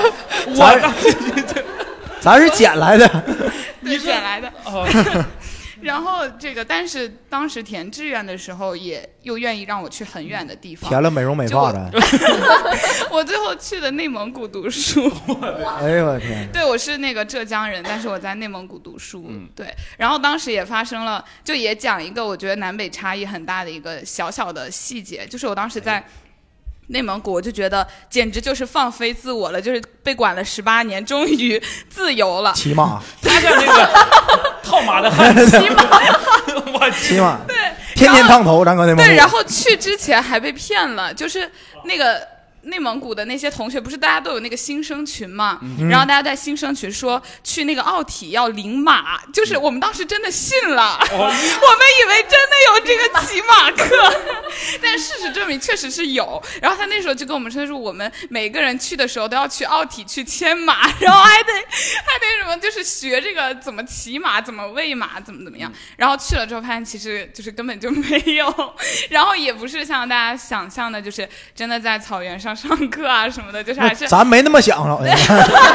咱是捡来的， 你捡来的。然后但是当时填志愿的时候，又愿意让我去很远的地方， 填了美容美发的。 我最后去的内蒙古读书。 哎呦我天！ 对，我是那个浙江人，但是我在内蒙古读书。对，然后当时也发生了，就也讲一个我觉得南北差异很大的一个小小的细节，就是我当时在内蒙古，我就觉得简直就是放飞自我了，就是被管了18年，终于自由了。 骑马， 他像那个套马的汉子， 骑马， 骑马。 对， 天天烫头，咱搁内蒙古。 对，然后去之前还被骗了，就是那个。内蒙古的那些同学，不是大家都有那个新生群嘛？然后大家在新生群说去那个奥体要领马，就是我们当时真的信了，我们以为真的有这个骑马课，但事实证明确实是有。然后他那时候就跟我们说，我们每个人去的时候都要去奥体去牵马，然后还得什么，就是学这个怎么骑马、怎么喂马、怎么样。然后去了之后发现其实就是根本就没有，然后也不是像大家想象的，就是真的在草原上上课啊什么的，就是还是咱没那么想了。 但是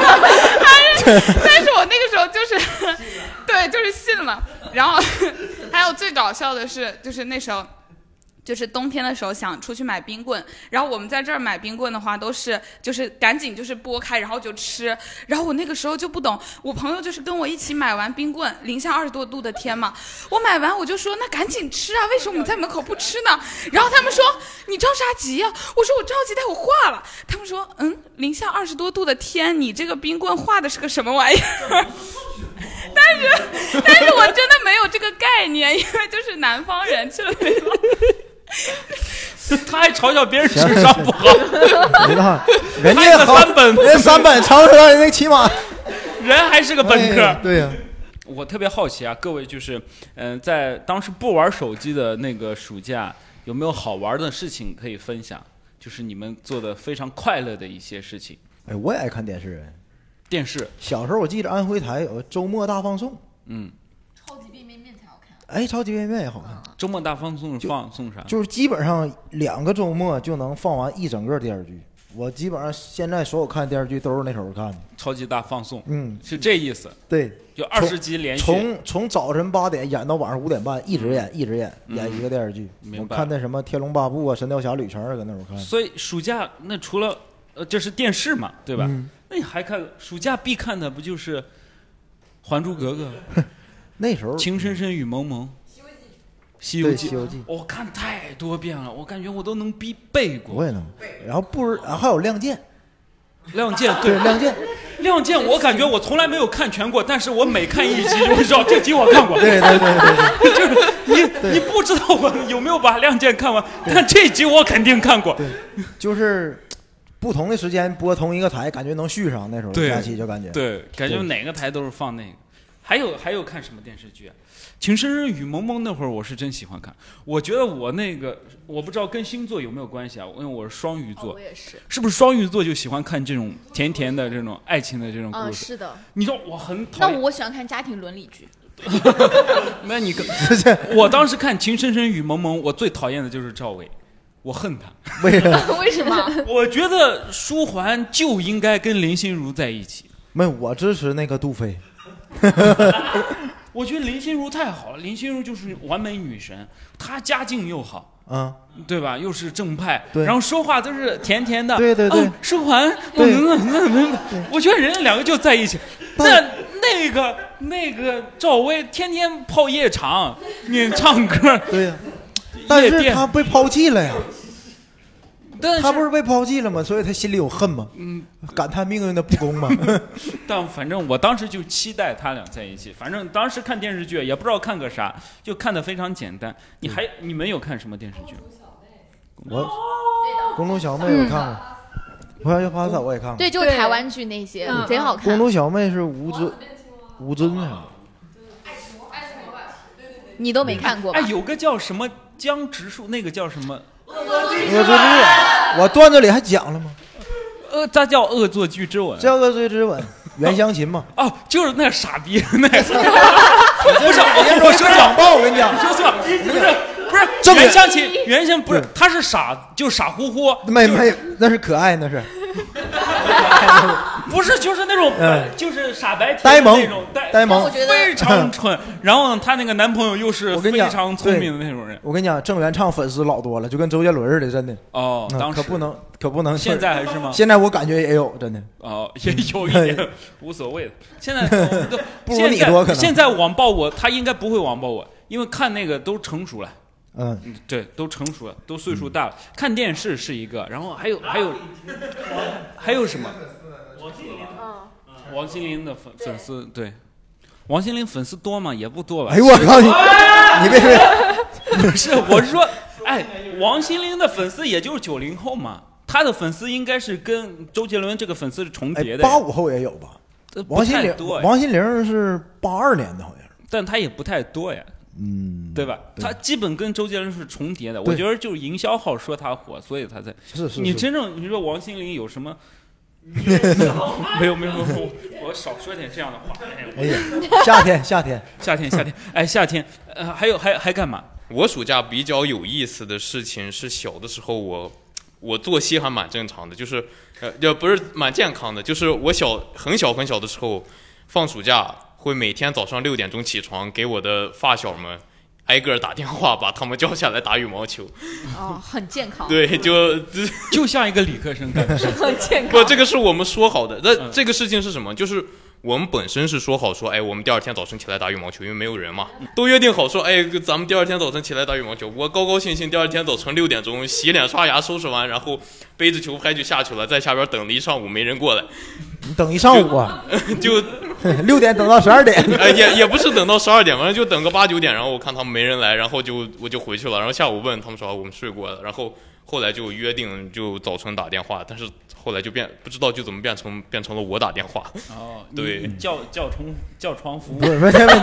我那个时候就是对，就是信了。然后还有最搞笑的是，就是那时候就是冬天的时候想出去买冰棍，然后我们在这儿买冰棍的话都是就是赶紧就是剥开然后就吃，然后我那个时候就不懂，我朋友就是跟我一起买完冰棍，零下20多度的天嘛，我买完我就说那赶紧吃啊，为什么你在门口不吃呢？然后他们说你着啥急呀？我说我着急，待会化了。他们说零下20多度的天，你这个冰棍化的是个什么玩意儿？但是我真的没有这个概念，因为就是南方人去了北方。 他还嘲笑别人智商不好， 人家好 3本， 人3本嘲笑人那骑马， 人还是个本科。 对呀， 我特别好奇啊，各位就是在当时不玩手机的那个暑假，有没有好玩的事情可以分享？就是你们做的非常快乐的一些事情。 哎，我也爱看电视。 电视小时候我记得安徽台有周末大放送， 超级变面面才好看。 哎，超级变面也好看。 周末大放送送啥？ 就是基本上2个周末就能放完一整个电视剧。我基本上现在所有看电视剧都是那时候看的。 超级大放送， 是这意思。 对， 就20集连续， 从早晨8点演到晚上5点半，一直演演一个电视剧。我看那什么《天龙八部》啊，《神雕侠侣》全是搁那会儿看。 所以暑假那除了这是电视嘛，对吧？那你还看暑假必看的不就是《还珠格格》？ 那时候《 情深深雨蒙蒙》。西游记，我看太多遍了，我感觉我都能背过。 我也能。然后还有《亮剑》。 亮剑对，亮剑。 亮剑我感觉我从来没有看全过，但是我每看一集就会知道这集我看过。 对， 就是你不知道我有没有把亮剑看完，但这集我肯定看过。 对，就是不同的时间播同一个台，感觉能续上。那时候假期就感觉对，感觉哪个台都是放那个。还有看什么电视剧啊？《情深深雨蒙蒙》那会儿我是真喜欢看，我觉得我那个我不知道跟星座有没有关系啊，因为我是双鱼座， 我也是。 是不是双鱼座就喜欢看这种甜甜的这种爱情的这种故事？ 是的。 你说我很讨厌。 那我喜欢看家庭伦理剧。 那你我当时看《情深深雨蒙蒙》，我最讨厌的就是赵薇，我恨他。 为什么？ 我觉得舒缓就应该跟林心如在一起。 没有，我支持那个杜飞。 我觉得林心如太好了，林心如就是完美女神，她家境又好，对吧？又是正派，然后说话都是甜甜的， 对， 舒缓，我觉得人家2个就在一起。那个赵薇天天泡夜场，你唱歌， 对呀，但是她被抛弃了呀。他不是被抛弃了吗？所以他心里有恨吗？感叹命运的不公吗？ 但反正我当时就期待他俩在一起。反正当时看电视剧也不知道看个啥，就看得非常简单。你们有看什么电视剧？ 我公主小妹我看过，我要发我也看过。 对，就是台湾剧那些贼好看。 公主小妹是吴尊啊。 你都没看过吧？ 有个叫什么江直树，那个叫什么？ 恶作剧，我段子里还讲了吗？ 它叫恶作剧之吻， 叫恶作剧之吻，袁湘琴嘛。 哦，就是那傻逼那个。不是， 我说网暴，我跟你讲， 不是袁湘琴，袁湘不是，他是傻，就傻乎乎。 没，那是可爱，那是。 不是，就是那种，就是傻白甜呆萌那种， 呆萌， 非常蠢。然后她那个男朋友又是非常聪明的那种人。 我跟你讲，郑元畅粉丝老多了，就跟周杰伦似的，真的。 哦，当时可不能。 现在还是吗？ 现在我感觉也有，真的。 哦，也有一点，无所谓的。现在不如你多可能。 现在网暴我，他应该不会网暴我，因为看那个都成熟了。对，都成熟了，都岁数大了。看电视是一个，然后还有什么？王心凌的粉丝，对，王心凌粉丝多吗？也不多吧。 哎呦我靠你别！ 不是，我是说，哎，王心凌的粉丝也就是90后嘛，他的粉丝应该是跟周杰伦这个粉丝是重叠的。 85后也有吧？王心凌是82年的，好像是， 但他也不太多呀。对吧？他基本跟周杰伦是重叠的。我觉得就是营销号说他火，所以他才是。 你真正你说王心凌有什么？没有，我少说点这样的话。 哎呀，夏天， 哎，夏天，还干嘛？ 我暑假比较有意思的事情是，小的时候我作息还蛮正常的，就是不是蛮健康的，就是我很小的时候，放暑假会每天早上6点钟起床，给我的发小们挨个打电话，把他们叫下来打羽毛球。 很健康。 对， 就像一个理科生干的事。 很健康。 不，这个是我们说好的。那这个事情是什么？就是我们本身是说好说，哎，我们第二天早晨起来打羽毛球，因为没有人嘛，都约定好说，哎，咱们第二天早晨起来打羽毛球。我高高兴兴，第二天早晨6点钟洗脸刷牙收拾完，然后背着球拍就下去了，在下边等了一上午，没人过来。 你等一上午啊？ 就 6点等到12点。 也不是等到12点，反正就等个8、9点，然后我看他们没人来，然后我就回去了。然后下午问他们说我们睡过了，然后后来就约定就早晨打电话，但是后来就不知道就怎么变成了我打电话。对， 叫床服务， 不是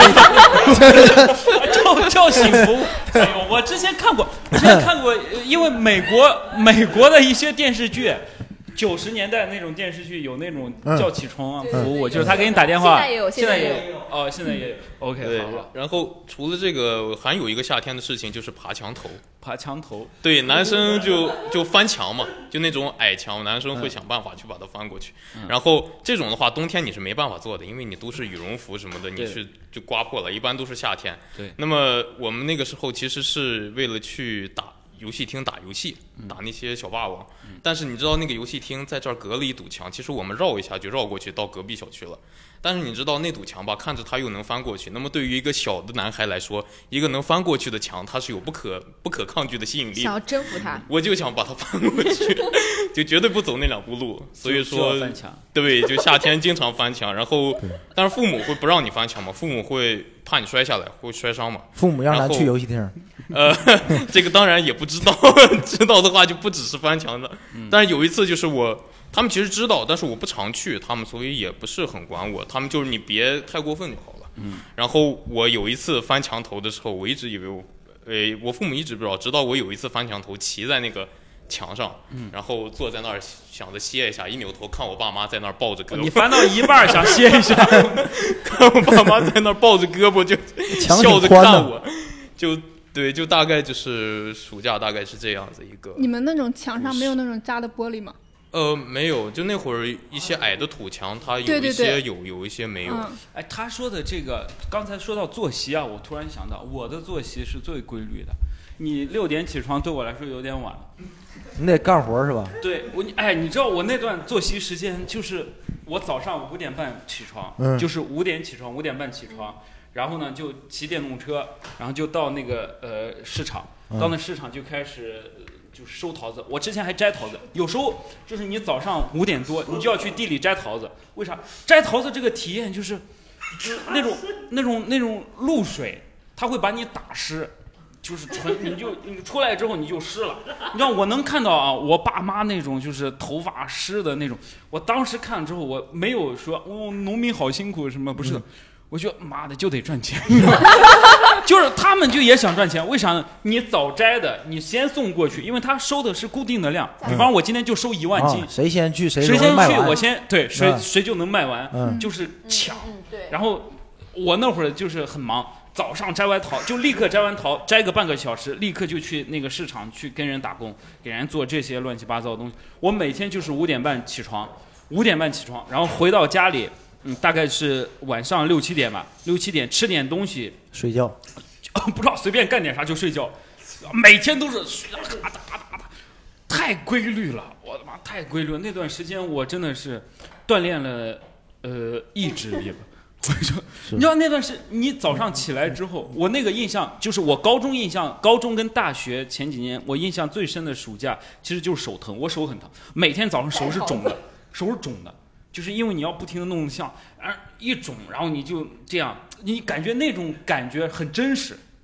叫醒服务。哎呦，我之前看过，因为美国的一些电视剧。90年代那种电视剧有那种叫起床服务，就是他给你打电话。现在也有。现在也有。OK， 对。然后除了这个，还有一个夏天的事情就是爬墙头。对，男生就翻墙嘛，就那种矮墙，男生会想办法去把它翻过去。然后这种的话，冬天你是没办法做的，因为你都是羽绒服什么的，你就刮破了。一般都是夏天。 对。 那么我们那个时候其实是为了去游戏厅打游戏，打那些小霸王。但是你知道那个游戏厅在这儿隔了一堵墙，其实我们绕一下就绕过去到隔壁小区了。但是你知道那堵墙吧，看着它又能翻过去，那么对于一个小的男孩来说，一个能翻过去的墙，它是有不可抗拒的吸引力。 想要征服它， 我就想把它翻过去，就绝对不走那2步路。所以说，对，就夏天经常翻墙。然后，但是父母会不让你翻墙嘛？父母会怕你摔下来，会摔伤嘛？ 父母让咱去游戏厅。 这个当然也不知道，知道的话就不只是翻墙的。但是有一次就是他们其实知道，但是我不常去，他们所以也不是很管我。他们就是你别太过分就好了。然后我有一次翻墙头的时候，我一直以为我父母一直不知道，直到我有一次翻墙头，骑在那个墙上，然后坐在那儿想着歇一下，一扭头看我爸妈在那儿抱着胳膊。 你翻到一半想歇一下， 看我爸妈在那儿抱着胳膊就笑着看我，就大概就是暑假大概是这样子一个。 你们那种墙上没有那种扎的玻璃吗？ 没有，就那会儿一些矮的土墙，它有一些有一些没有。 哎，他说的这个，刚才说到作息啊，我突然想到，我的作息是最规律的。你6点起床对我来说有点晚了。 你得干活是吧？ 对，你知道我那段作息时间就是我早上5点半起床，就是5点起床，5点半起床，然后呢就骑电动车，然后就到那个市场，到那市场就开始。就是收桃子，我之前还摘桃子，有时候就是你早上5点多，你就要去地里摘桃子。为啥？摘桃子这个体验就是那种露水，它会把你打湿，就是你出来之后你就湿了。你知道我能看到啊，我爸妈那种就是头发湿的那种，我当时看了之后，我没有说农民好辛苦什么，不是的。我觉得妈的就得赚钱，就是他们就也想赚钱，为啥呢？你早摘的，你先送过去，因为他收的是固定的量，比方我今天就收1万斤， 谁先去谁我先对谁就能卖完，就是抢。然后我那会儿就是很忙，早上摘完桃就立刻摘完桃，摘个半个小时，立刻就去那个市场去跟人打工，给人做这些乱七八糟的东西。我每天就是5点半起床，然后回到家里。大概是晚上6、7点吧，6、7点吃点东西， 睡觉， 不知道随便干点啥就睡觉，每天都是哒哒哒哒，太规律了，我的妈，太规律了。那段时间我真的是锻炼了意志力吧。你知道那段是你早上起来之后，我那个印象就是我高中跟大学前几年我印象最深的暑假，其实就是手疼，我手很疼，每天早上手是肿的。就是因为你要不停的弄像，一肿，然后你就这样，你感觉那种感觉很真实，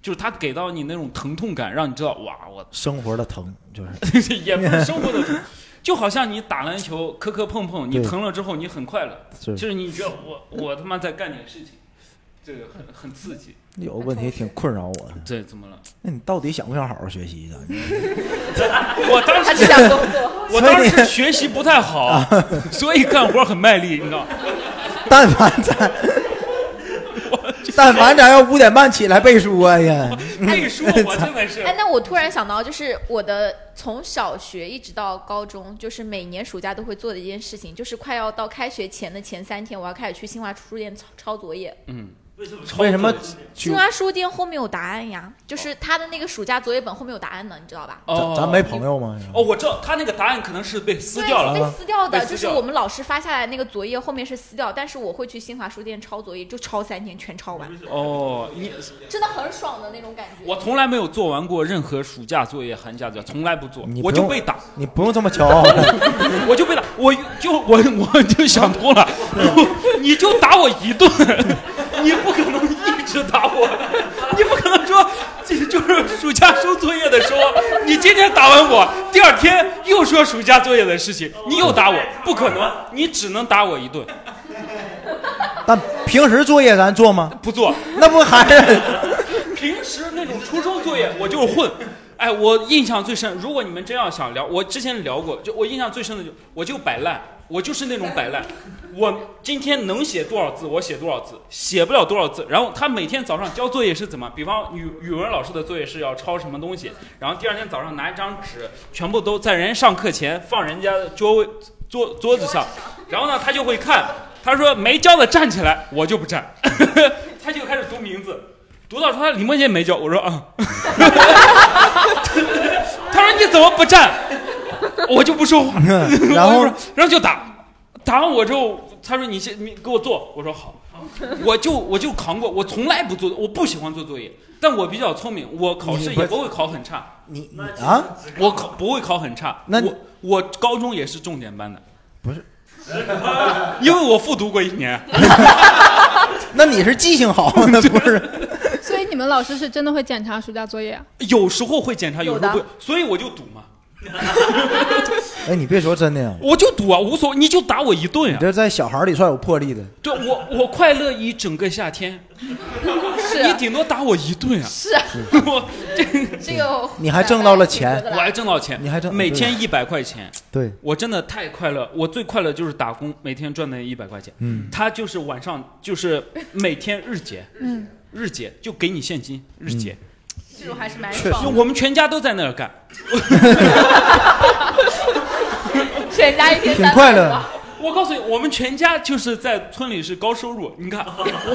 就是他给到你那种疼痛感，让你知道哇，我生活的疼就是也不是生活的疼，就好像你打篮球磕磕碰碰，你疼了之后你很快乐，就是你觉得我他妈在干点事情，这个很刺激。 有个问题挺困扰我的， 对，怎么了？ 那你到底想不想好好学习的？ 我当时想工作，我当时学习不太好，所以干活很卖力，你知道。 但凡咱要5点半起来背书啊！呀， 背书我真的是。 哎，那我突然想到，就是我的从小学一直到高中，就是每年暑假都会做的一件事情，就是快要到开学前的前3天，我要开始去新华书店抄作业。 为什么？ 新华书店后面有答案呀，就是他的那个暑假作业本后面有答案的，你知道吧？ 咱没朋友吗？ 我知道，他那个答案可能是被撕掉了， 被撕掉的，就是我们老师发下来那个作业后面是撕掉，但是我会去新华书店抄作业，就抄3天全抄完。 你真的很爽的那种感觉。 我从来没有做完过任何暑假作业、寒假作业，从来不做，我就被打。 你不用这么骄傲， 我就被打，我就想多了，你就打我一顿，你不可能一直打我，你不可能说就是暑假收作业的时候，你今天打完我，第2天又说暑假作业的事情，你又打我，不可能，你只能打我一顿。 但平时作业咱做吗？ 不做， 那不还是平时那种初中作业我就是混。哎，我印象最深，如果你们真要想聊，我之前聊过，就我印象最深的我就摆烂，我就是那种摆烂。我今天能写多少字我写多少字，写不了多少字。然后他每天早上交作业是怎么？比方语文老师的作业是要抄什么东西，然后第2天早上拿一张纸，全部都在人上课前放人家桌子上，然后呢他就会看，他说没交的站起来，我就不站，他就开始读名字。读到说李梦洁没交，我说啊，他说你怎么不站？我就不说话，然后就打完我之后，他说你给我做，我说好，我就扛过，我从来不做，我不喜欢做作业，但我比较聪明，我考试也不会考很差。 你啊？ 我不会考很差，那我高中也是重点班的， 不是？ 因为我复读过1年。 那你是记性好，那不是？ 所以你们老师是真的会检查暑假作业啊？ 有时候会检查，有时候不，所以我就赌嘛。 哎，你别说真的呀， 我就赌啊，无所谓，你就打我一顿啊。 你这在小孩里算有魄力的。 对，我快乐一整个夏天，你顶多打我一顿啊。 是， 我这个你还挣到了钱， 我还挣到钱， 你还挣每天100块钱。 对， 我真的太快乐，我最快乐就是打工，每天赚那100块钱。他就是晚上就是每天日结，日结就给你现金，日结。 这种还是蛮爽的。 我们全家都在那儿干， 全家一天挺快乐。 我告诉你，我们全家就是在村里是高收入。你看，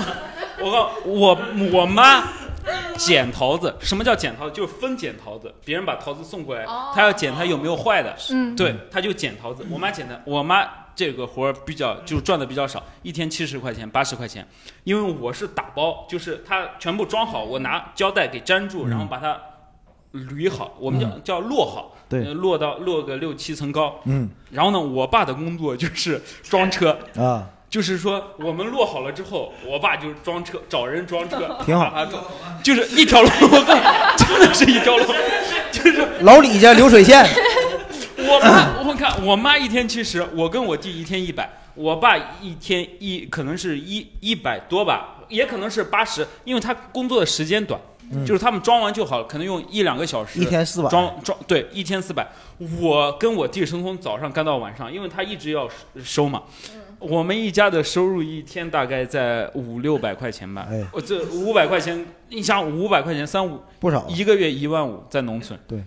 我妈捡桃子，什么叫捡桃子？就是分捡桃子，别人把桃子送过来，她要捡它有没有坏的。对，她就捡桃子。我妈捡的，我妈这个活比较就赚的比较少，一天70块钱、80块钱，因为我是打包，就是它全部装好，我拿胶带给粘住，然后把它捋好，我们叫摞好， 对， 摞个6、7层高。然后呢，我爸的工作就是装车啊。就是说，我们摞好了之后，我爸就装车，找人装车， 挺好， 就是一条龙，真的是一条龙，就是老李家流水线。 我妈一天70，我跟我弟一天100，我爸一天可能是100多吧，也可能是80，因为他工作的时间短，就是他们装完就好了，可能用1、2个小时， 一天400， 装对，一天400。我跟我弟是从早上干到晚上，因为他一直要收嘛。我们一家的收入一天大概在500、600块钱吧。哎，我这500块钱，你想500块钱3、5 不少， 一个月15000在农村。 对，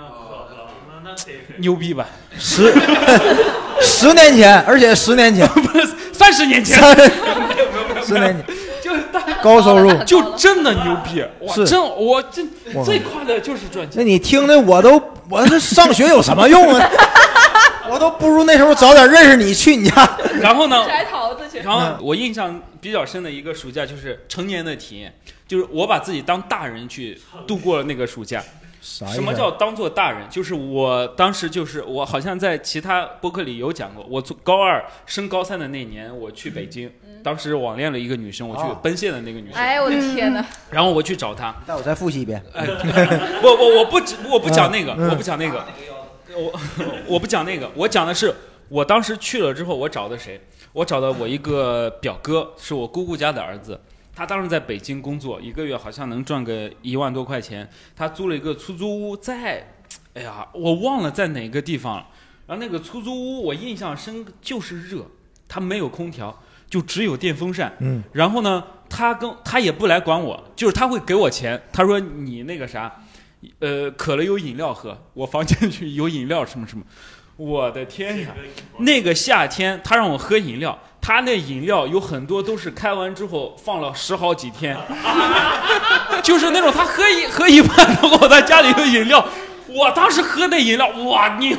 牛逼吧 ？10年前，而且10年前， 不是30年前 ，10年前， 就是高收入， 就真的牛逼。 是， 我最快乐就是赚钱。 那你听的我这上学有什么用啊？我都不如那时候早点认识你，去你家。 然后呢？ 摘桃子去。 然后我印象比较深的一个暑假就是成年的体验，就是我把自己当大人去度过了那个暑假。 什么叫当做大人？就是我当时我好像在其他播客里有讲过，我从高2升高3的那年，我去北京，当时网恋了一个女生，我去奔现的那个女生。 哎，我的天哪！ 然后我去找她， 带我再复习一遍。 我不讲那个，我不讲那个，我不讲那个，我讲的是我当时去了之后，我找的谁？我找的我一个表哥，是我姑姑家的儿子。他当时在北京工作，一个月好像能赚个1万多块钱。他租了一个出租屋在，哎呀，我忘了在哪个地方了。然后那个出租屋我印象深就是热，他没有空调，就只有电风扇。然后呢，他也不来管我，就是他会给我钱。他说你那个啥，渴了有饮料喝，我房间去有饮料什么什么。我的天呀！那个夏天他让我喝饮料，他那饮料有很多都是开完之后放了10好几天，就是那种他喝一半，然后他家里有饮料，我当时喝那饮料，哇，你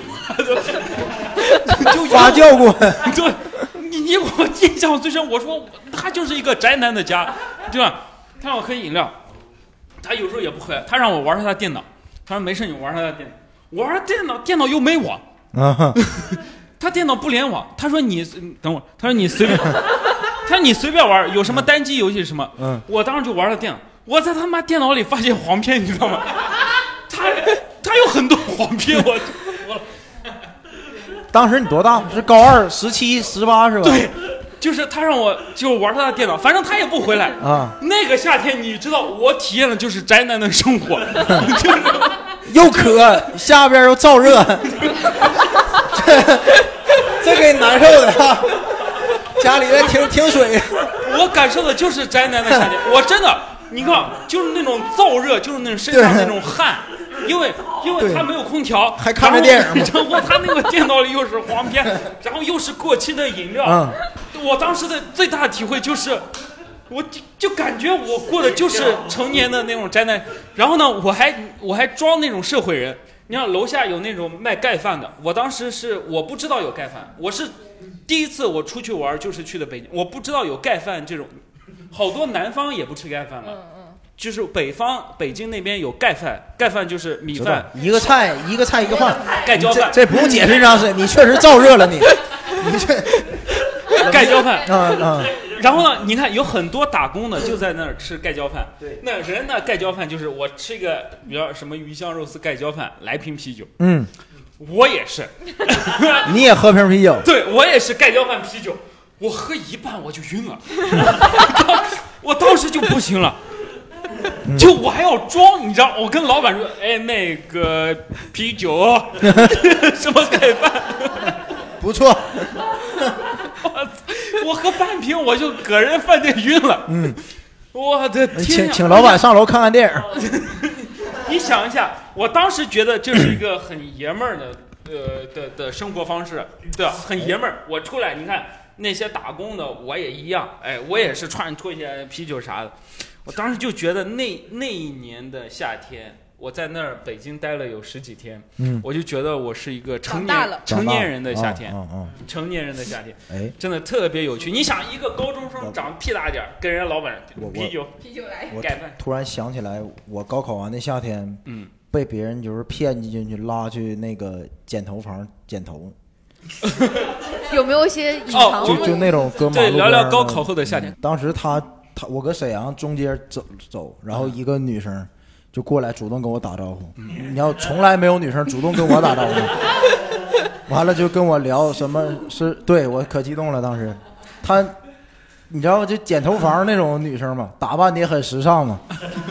就发酵过， 对，你我印象最深。我说他就是一个宅男的家，对吧？他让我喝饮料，他有时候也不喝，他让我玩他电脑，他说没事你玩他的电脑，玩电脑又没网。他电脑不联网，他说你等会儿，他说你随便，他说你随便玩，有什么单机游戏什么，我当时就玩了电脑，我在他妈电脑里发现黄片，你知道吗？他有很多黄片，我当时你多大？是高2 17、18是吧？ 对，就是他让我就玩他的电脑，反正他也不回来啊。那个夏天你知道我体验的就是宅男的生活，就是又渴，下边又燥热，这给你难受的啊。家里在停水， 我感受的就是宅男的夏天。我真的，你看，就是那种燥热，就是那种身上那种汗，因为他没有空调， 还看着电影， 然后他那个电脑里又是黄片，然后又是过期的饮料。我当时的最大的体会就是。我就感觉我过的就是成年的那种宅男，然后呢，我还装那种社会人。你看楼下有那种卖盖饭的，我当时我不知道有盖饭，我是第一次我出去玩就是去的北京，我不知道有盖饭这种，好多南方也不吃盖饭了，就是北京那边有盖饭，盖饭就是米饭， 一个菜一个饭， 盖浇饭， 这不用解释张是，你确实燥热了你这盖浇饭，然后呢，你看有很多打工的就在那儿吃盖浇饭。对，那人呢盖浇饭就是我吃一个，比如什么鱼香肉丝盖浇饭，来瓶啤酒。我也是。 你也喝瓶啤酒？ 对，我也是盖浇饭啤酒，我喝一半我就晕了，我当时就不行了。就我还要装，你知道，我跟老板说，哎，那个啤酒，什么盖饭， 不错。 我喝半瓶我就搁人饭店晕了。我的天！ 请老板上楼看看电影。 你想一下，我当时觉得这是一个很爷们儿的生活方式，对吧？很爷们儿。我出来，你看那些打工的，我也一样，哎，我也是拖一些啤酒啥的。我当时就觉得那一年的夏天，我在那儿北京待了有10几天，我就觉得我是一个成年人的夏天，成年人的夏天，哎，真的特别有趣。你想，一个高中生长得屁大点，跟人家老板啤酒来盖饭。 突然想起来，我高考完的夏天，被别人就是骗进去拉去那个剪头房剪头。 有没有一些隐藏？ 就那种搁马路边。 对，聊聊高考后的夏天。 当时我搁沈阳中间走，然后一个女生就过来主动跟我打招呼。你要从来没有女生主动跟我打招呼，完了就跟我聊什么是对我可激动了。当时你知道就剪头房那种女生嘛，打扮的也很时尚嘛。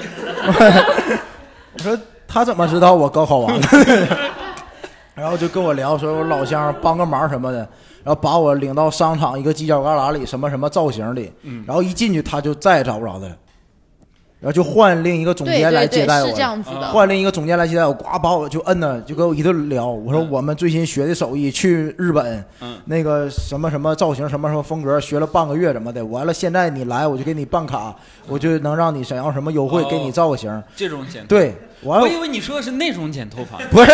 我说她怎么知道我高考完了？然后就跟我聊说我老乡帮个忙什么的，然后把我领到商场一个犄角旮旯里什么什么造型里，然后一进去他就再也找不着他了，然后就换另一个总监来接待我。 对，是这样子的。 换另一个总监来接待我，呱把我就摁了，就跟我一顿聊。我说我们最新学的手艺，去日本，那个什么什么造型，什么什么风格，学了半个月怎么的。完了，现在你来，我就给你办卡，我就能让你沈阳什么优惠，给你造个型。 这种剪头。 对。 我以为你说的是那种剪头发， 不是，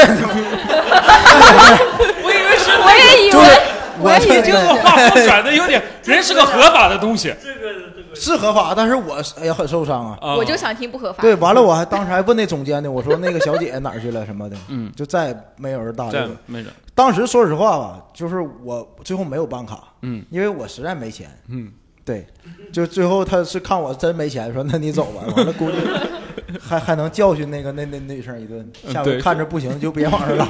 我以为是， 我也以为， 我这个话不转的有点，人是个合法的东西， 是合法，但是我也很受伤啊。 我就想听不合法。 对，完了我还当时还问那总监呢，我说那个小姐哪儿去了什么的，就再也没有人搭理我。 没人。 当时说实话吧，就是我最后没有办卡，因为我实在没钱，对，就最后他是看我真没钱，说那你走吧，完了估计还能教训那女生一顿，下回看着不行就别往上拉。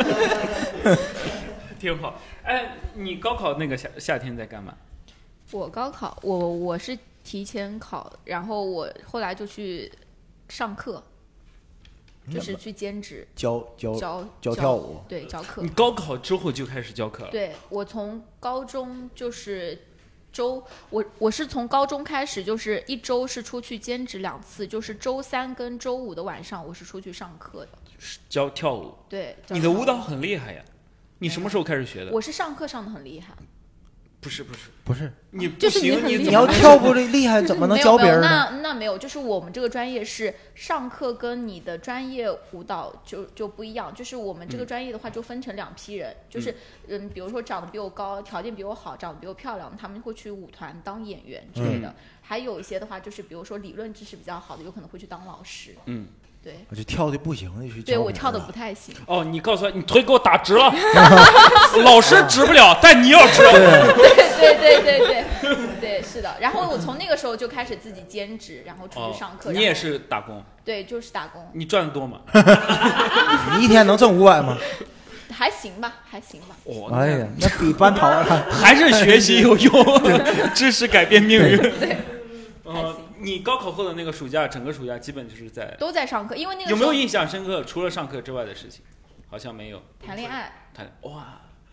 挺好。哎，你高考那个夏天在干嘛？ 我高考，我是提前考，然后我后来就去上课，就是去兼职教跳舞， 对，教课。 你高考之后就开始教课了？ 对，我从高中就是我是从高中开始，就是一周是出去兼职2次，就是周3跟周5的晚上我是出去上课的， 教跳舞。 对， 你的舞蹈很厉害呀，你什么时候开始学的？ 我是上课上的很厉害。 不是，你不就是行， 你要跳不厉害，怎么能教别人呢？那没有，就是我们这个专业是上课跟你的专业舞蹈就不一样，就是我们这个专业的话就分成2批人，就是比如说长得比我高，条件比我好，长得比我漂亮，他们会去舞团当演员之类的，还有一些的话就是比如说理论知识比较好的，有可能会去当老师。对， 我就跳的不行，就去对我跳的不太行。 哦，你告诉他，你腿给我打直了，老师直不了，但你要直。 对，是的。然后我从那个时候就开始自己兼职，然后出去上课。 你也是打工？ 对，就是打工。 你赚的多吗？ 你一天能挣500吗？ 还行吧。 哎呀，那比班头还是学习有用，知识改变命运。 对。 你高考后的那个暑假，整个暑假基本就是都在上课，因为那个有没有印象深刻？除了上课之外的事情，好像没有。 谈恋爱。 哇。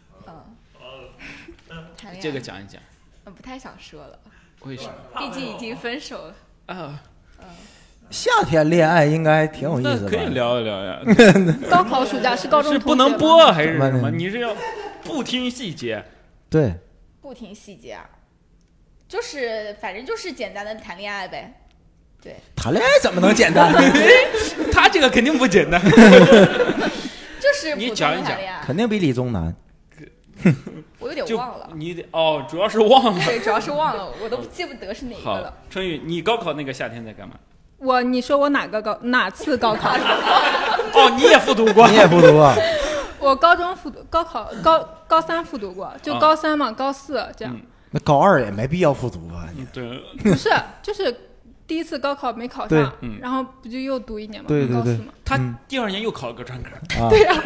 谈恋爱。 这个讲一讲。 不太想说了。 为什么？ 毕竟已经分手了。 夏天恋爱应该挺有意思的。 可以聊一聊呀。 高考暑假是高中同学吗？ 是不能播还是什么？你是要不听细节？ 对。 不听细节啊。就是反正就是简单的谈恋爱呗，对。 谈恋爱怎么能简单？ 他这个肯定不简单。 就是你讲一讲， 肯定比李宗难。 我有点忘了。 你得主要是忘了。 对，主要是忘了，我都记不得是哪一个了。 春雨，你高考那个夏天在干嘛？ 你说我哪次高考？ 你也复读过？ 你也复读啊？ 我高中复读，高考高3复读过，就高3嘛，高4这样。 那高2也没必要复读啊。 对， 不是，就是第一次高考没考上，然后不就又读1年吗？ 对， 高4嘛。 他第2年又考了个专科。 对呀。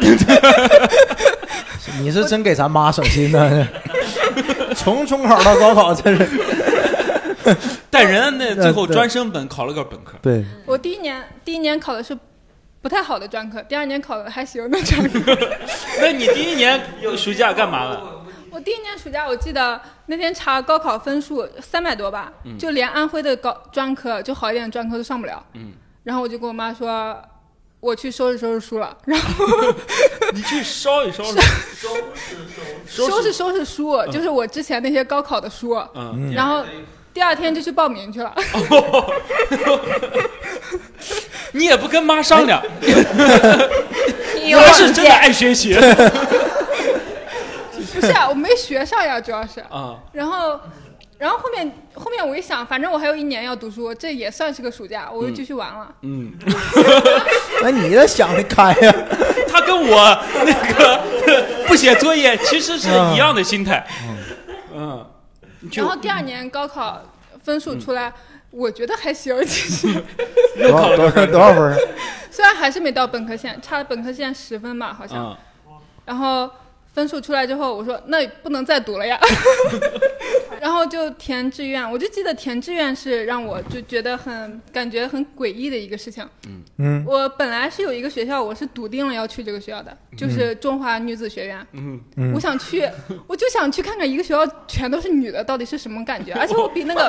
你是真给咱妈省心呢，从中考到高考真是。 但人家那最后专升本考了个本科。 对。 我第一年考的是不太好的专科，第2年考的还行的专科。 那你第1年暑假干嘛了？ 我第1年暑假，我记得那天查高考分数300多吧，就连安徽的专科就好一点的专科都上不了。然后我就跟我妈说，我去收拾书了。然后你去收拾书，就是我之前那些高考的书。然后第2天就去报名去了。 你也不跟妈商量，我是真的爱学习。 不是我没学上呀，主要是然后后面我一想，反正我还有1年要读书，这也算是个暑假，我就继续玩了。 那你这想得开呀？ 他跟我那个不写作业其实是一样的心态。 然后第2年高考分数出来，我觉得还行，其实。 又考了多少分？ 虽然还是没到本科线，差了本科线10分吧，好像。然后分数出来之后，我说那不能再读了呀。然后就填志愿，我就记得填志愿是让我就觉得感觉很诡异的一个事情。我本来是有一个学校，我是笃定了要去这个学校的，就是中华女子学院。我想去，我就想去看看一个学校全都是女的到底是什么感觉，而且我比那个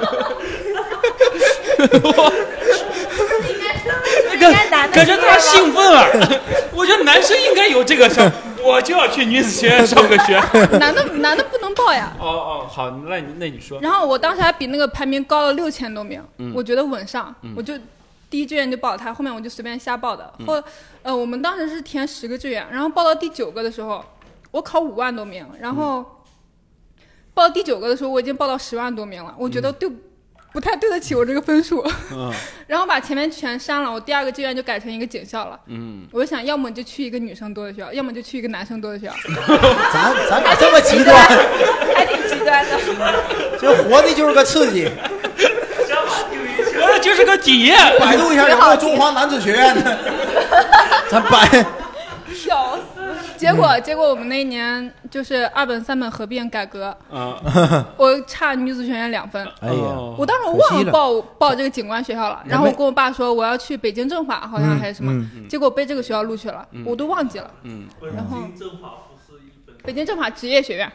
感觉他兴奋了。我觉得男生应该有这个想，我就要去女子学院上个学。 男的不能报呀。 好，那你说。 然后我当时还比那个排名高了6000多名，我觉得稳上，我就第1志愿就报了它，后面我就随便瞎报的。我们当时是填10个志愿，然后报到第9个的时候，我考5万多名，然后报到第9个的时候，我已经报到10万多名了，我觉得对不太对得起我这个分数，然后把前面全删了，我第2个志愿就改成一个警校了。我就想，要么就去一个女生多的学校，要么就去一个男生多的学校。 咱咋这么极端？ 还挺极端的。 这活的就是个刺激， 活的就是个体验。 百度一下有没有中华男子学院的？咱百。 笑死！结果我们那一年就是2本3本合并改革，我差女子学院2分。 哎呀， 我当时忘了报这个警官学校了，然后我跟我爸说我要去北京政法，好像还是什么，结果被这个学校录取了，我都忘记了。然后北京政法职业学院。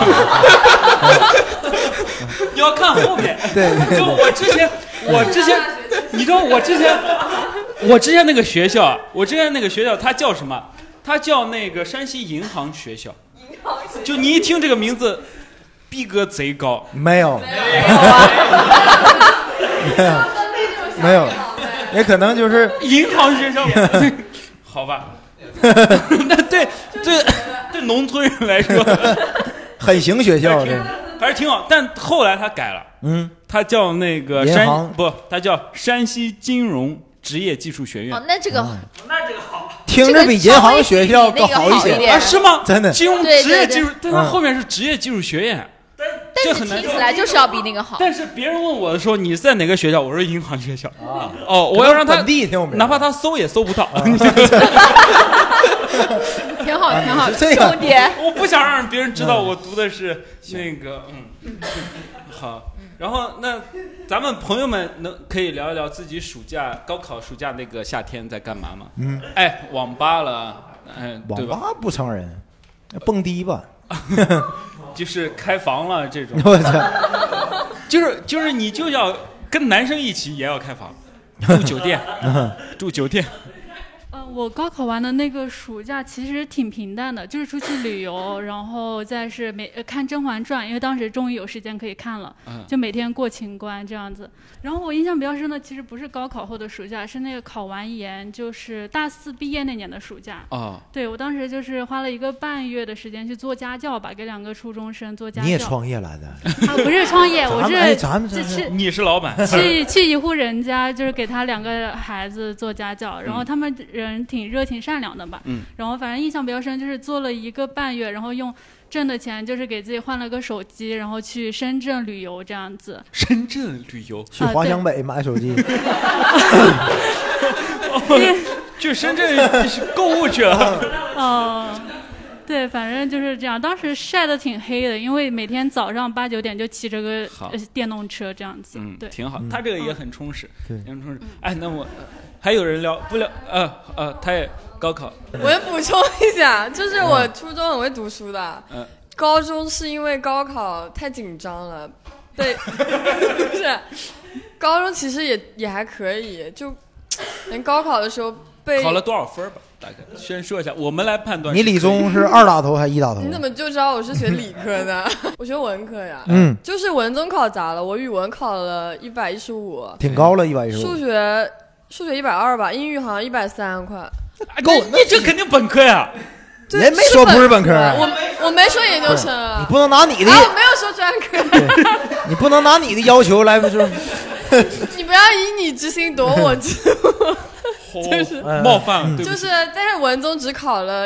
你要看后面。 对， 就我之前，你知道我之前那个学校，它叫什么？它叫那个山西银行学校。就你一听这个名字，逼格贼高。 没有，也可能就是银行学校。好吧。那对农村人来说， 很行学校，这还是挺好。但后来他改了，他叫那个他叫山西金融职业技术学院。 那这个好， 听着比银行学校更好一些啊？是吗？ 真的， 金融职业技术，但它后面是职业技术学院。 但是听起来就是要比那个好。 但是别人问我的时候，你在哪个学校？我说银行学校。我要让他哪怕他搜也搜不到。 挺好， 重点。 我不想让别人知道我读的是那个好。然后那咱们朋友们可以聊一聊自己高考暑假那个夏天在干嘛吗？网吧了， 网吧不成人，蹦迪吧。 就是开房了这种，就是你就要跟男生一起也要开房，住酒店。 我高考完的那个暑假其实挺平淡的，就是出去旅游，然后再是看《甄嬛传》，因为当时终于有时间可以看了，就每天过情关这样子。然后我印象比较深的其实不是高考后的暑假，是那个考完研，就是大4毕业那年的暑假。对，我当时就是花了1个半月的时间去做家教吧，给2个初中生做家教。 你也创业来的？ 不是创业，我是你是老板。 去一户人家，就是给他2个孩子做家教，然后他们人挺热情善良的吧，然后反正印象比较深，就是做了1个半月，然后用挣的钱就是给自己换了个手机，然后去深圳旅游这样子。 深圳旅游？ 去华强北买手机？ 去深圳购物去了。 对，反正就是这样。当时晒得挺黑的，因为每天早上8、9点就骑着个电动车这样子。对， 挺好。他这个也很充实，也很充实。那我还有人聊不聊？他也高考。 我也补充一下，就是我初中很会读书的，高中是因为高考太紧张了，不是，高中其实也还可以，就连高考的时候考了多少分吧？大概先说一下，我们来判断。 你理综是2打头还是1打头？ 你怎么就知道我是学理科的？我学文科呀。就是文综考砸了，我语文考了115， 挺高了115。 数学120吧，英语好像130块。 够，你这肯定本科呀。 人没说不是本科， 我没说研究生啊。 你不能拿你的， 我没有说专科。 你不能拿你的要求来说。 你不要以你之心夺我之物。就是冒犯了， 就是，但是文综只考了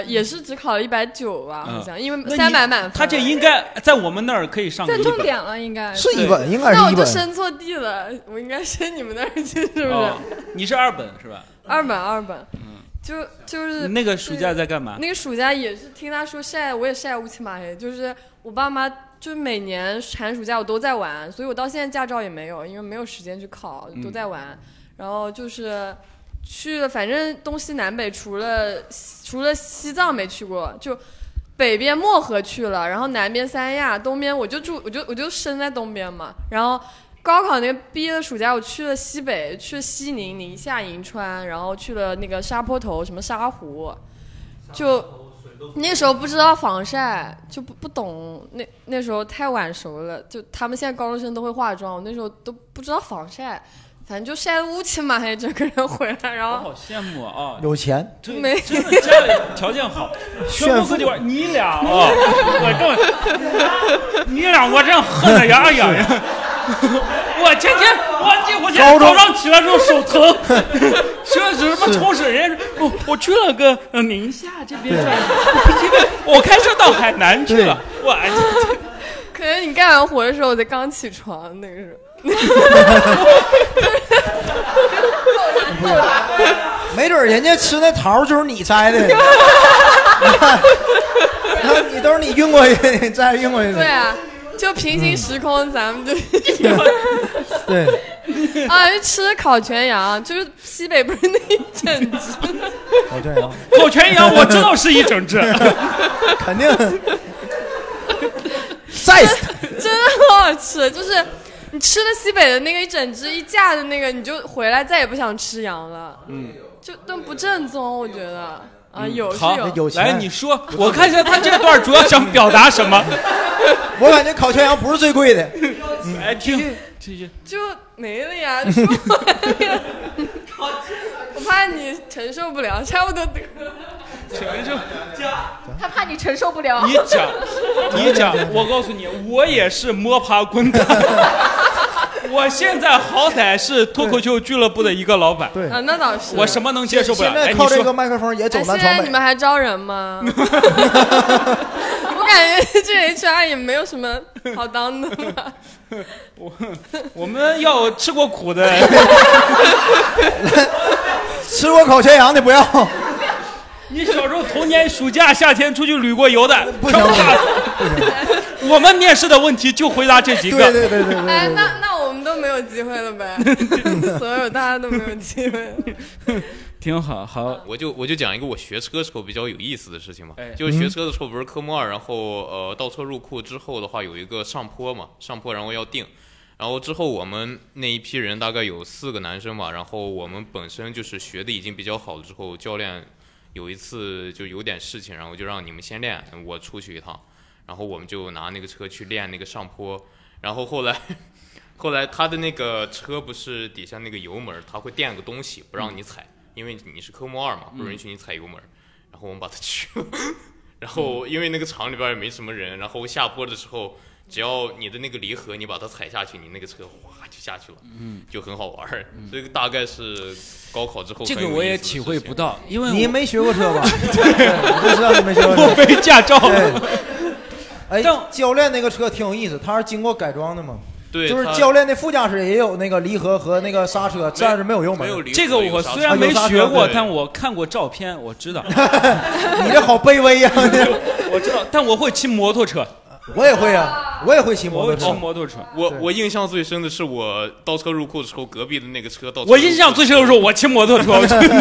190吧，好像，因为300满分。 他这应该在我们那儿可以上在重点了，应该是1本，应该是1本。 那我就升错地了，我应该升你们那儿去，是不是？ 你是2本是吧 ？2本，就是那个暑假在干嘛？ 那个暑假也是听他说我也晒乌漆嘛黑，就是我爸妈就是每年寒暑假我都在玩，所以我到现在驾照也没有，因为没有时间去考，都在玩，然后就是。去了，反正东西南北除了西藏没去过，就北边漠河去了，然后南边三亚，东边我就生在东边嘛。然后高考那个毕业的暑假，我去了西北，去了西宁、宁夏、银川，然后去了那个沙坡头、什么沙湖，就那时候不知道防晒，就不懂，那时候太晚熟了，就他们现在高中生都会化妆，我那时候都不知道防晒。反正就晒得乌漆嘛黑，整个人回来，然后我好羡慕啊！ 有钱， 真的家里条件好，全部自己玩。你俩啊，我这，你俩我真恨得牙痒痒。 我天天我早上起来之后手疼，说什么冲绳人，我去了个宁夏这边转，我开车到海南去了， 可能你干完活的时候我才刚起床，那个时候。 没准人家吃那桃就是你摘的，你都是你运过去，再运过去的。 对啊，就平行时空，咱们就对啊，就吃烤全羊，就是西北不是那一整只烤全羊，我知道是一整只， 肯定size 真的很好吃，就是你吃了西北的那个一整只一架的那个，你就回来再也不想吃羊了。就都不正宗，我觉得啊， 有来你说，我看一下他这段主要想表达什么。 我感觉烤全羊不是最贵的。 哎，听就没了呀，说完了。我怕你承受不了，差不多得。 承受， 他怕你承受不了。 你讲，我告诉你，我也是摸爬滚打。我现在好歹是脱口秀俱乐部的一个老板， 对啊，那倒是。 我什么能接受不了？ 现在靠这个麦克风也走南闯北。现在你们还招人吗？我感觉这 HR 也没有什么好当的吧。 我们要吃过苦的， 吃过烤全羊的不要。 你小时候童年暑假夏天出去旅过游的， 不行。 我们面试的问题就回答这几个。 对。 哎，那我们都没有机会了呗，所有大家都没有机会。 挺好。 我就讲一个我学车时候比较有意思的事情嘛，就是学车的时候不是科目2，然后倒车入库之后的话有一个上坡嘛，然后要定。然后之后我们那一批人大概有4个男生嘛，然后我们本身就是学的已经比较好了，之后教练有一次就有点事情，然后就让你们先练，我出去一趟，然后我们就拿那个车去练那个上坡，然后后来他的那个车不是底下那个油门，他会垫个东西不让你踩，因为你是科目2嘛，不允许你踩油门，然后我们把它去了，然后因为那个厂里边也没什么人，然后下坡的时候只要你的那个离合你把它踩下去，你那个车哗就下去了，就很好玩。这个大概是高考之后这个我也体会不到，因为你没学过车吧？对，我不知道你没学过车。 我没驾照。 哎，教练那个车挺有意思，他是经过改装的吗？ 对， 就是教练的副驾驶也有那个离合和那个刹车，但是没有油门。 这个我虽然没学过，但我看过照片，我知道。 你这好卑微呀！ 我知道，但我会骑摩托车。 我也会啊，我也会骑摩托车。 我印象最深的是我倒车入库的时候，隔壁的那个车倒车。 我印象最深的是我骑摩托车。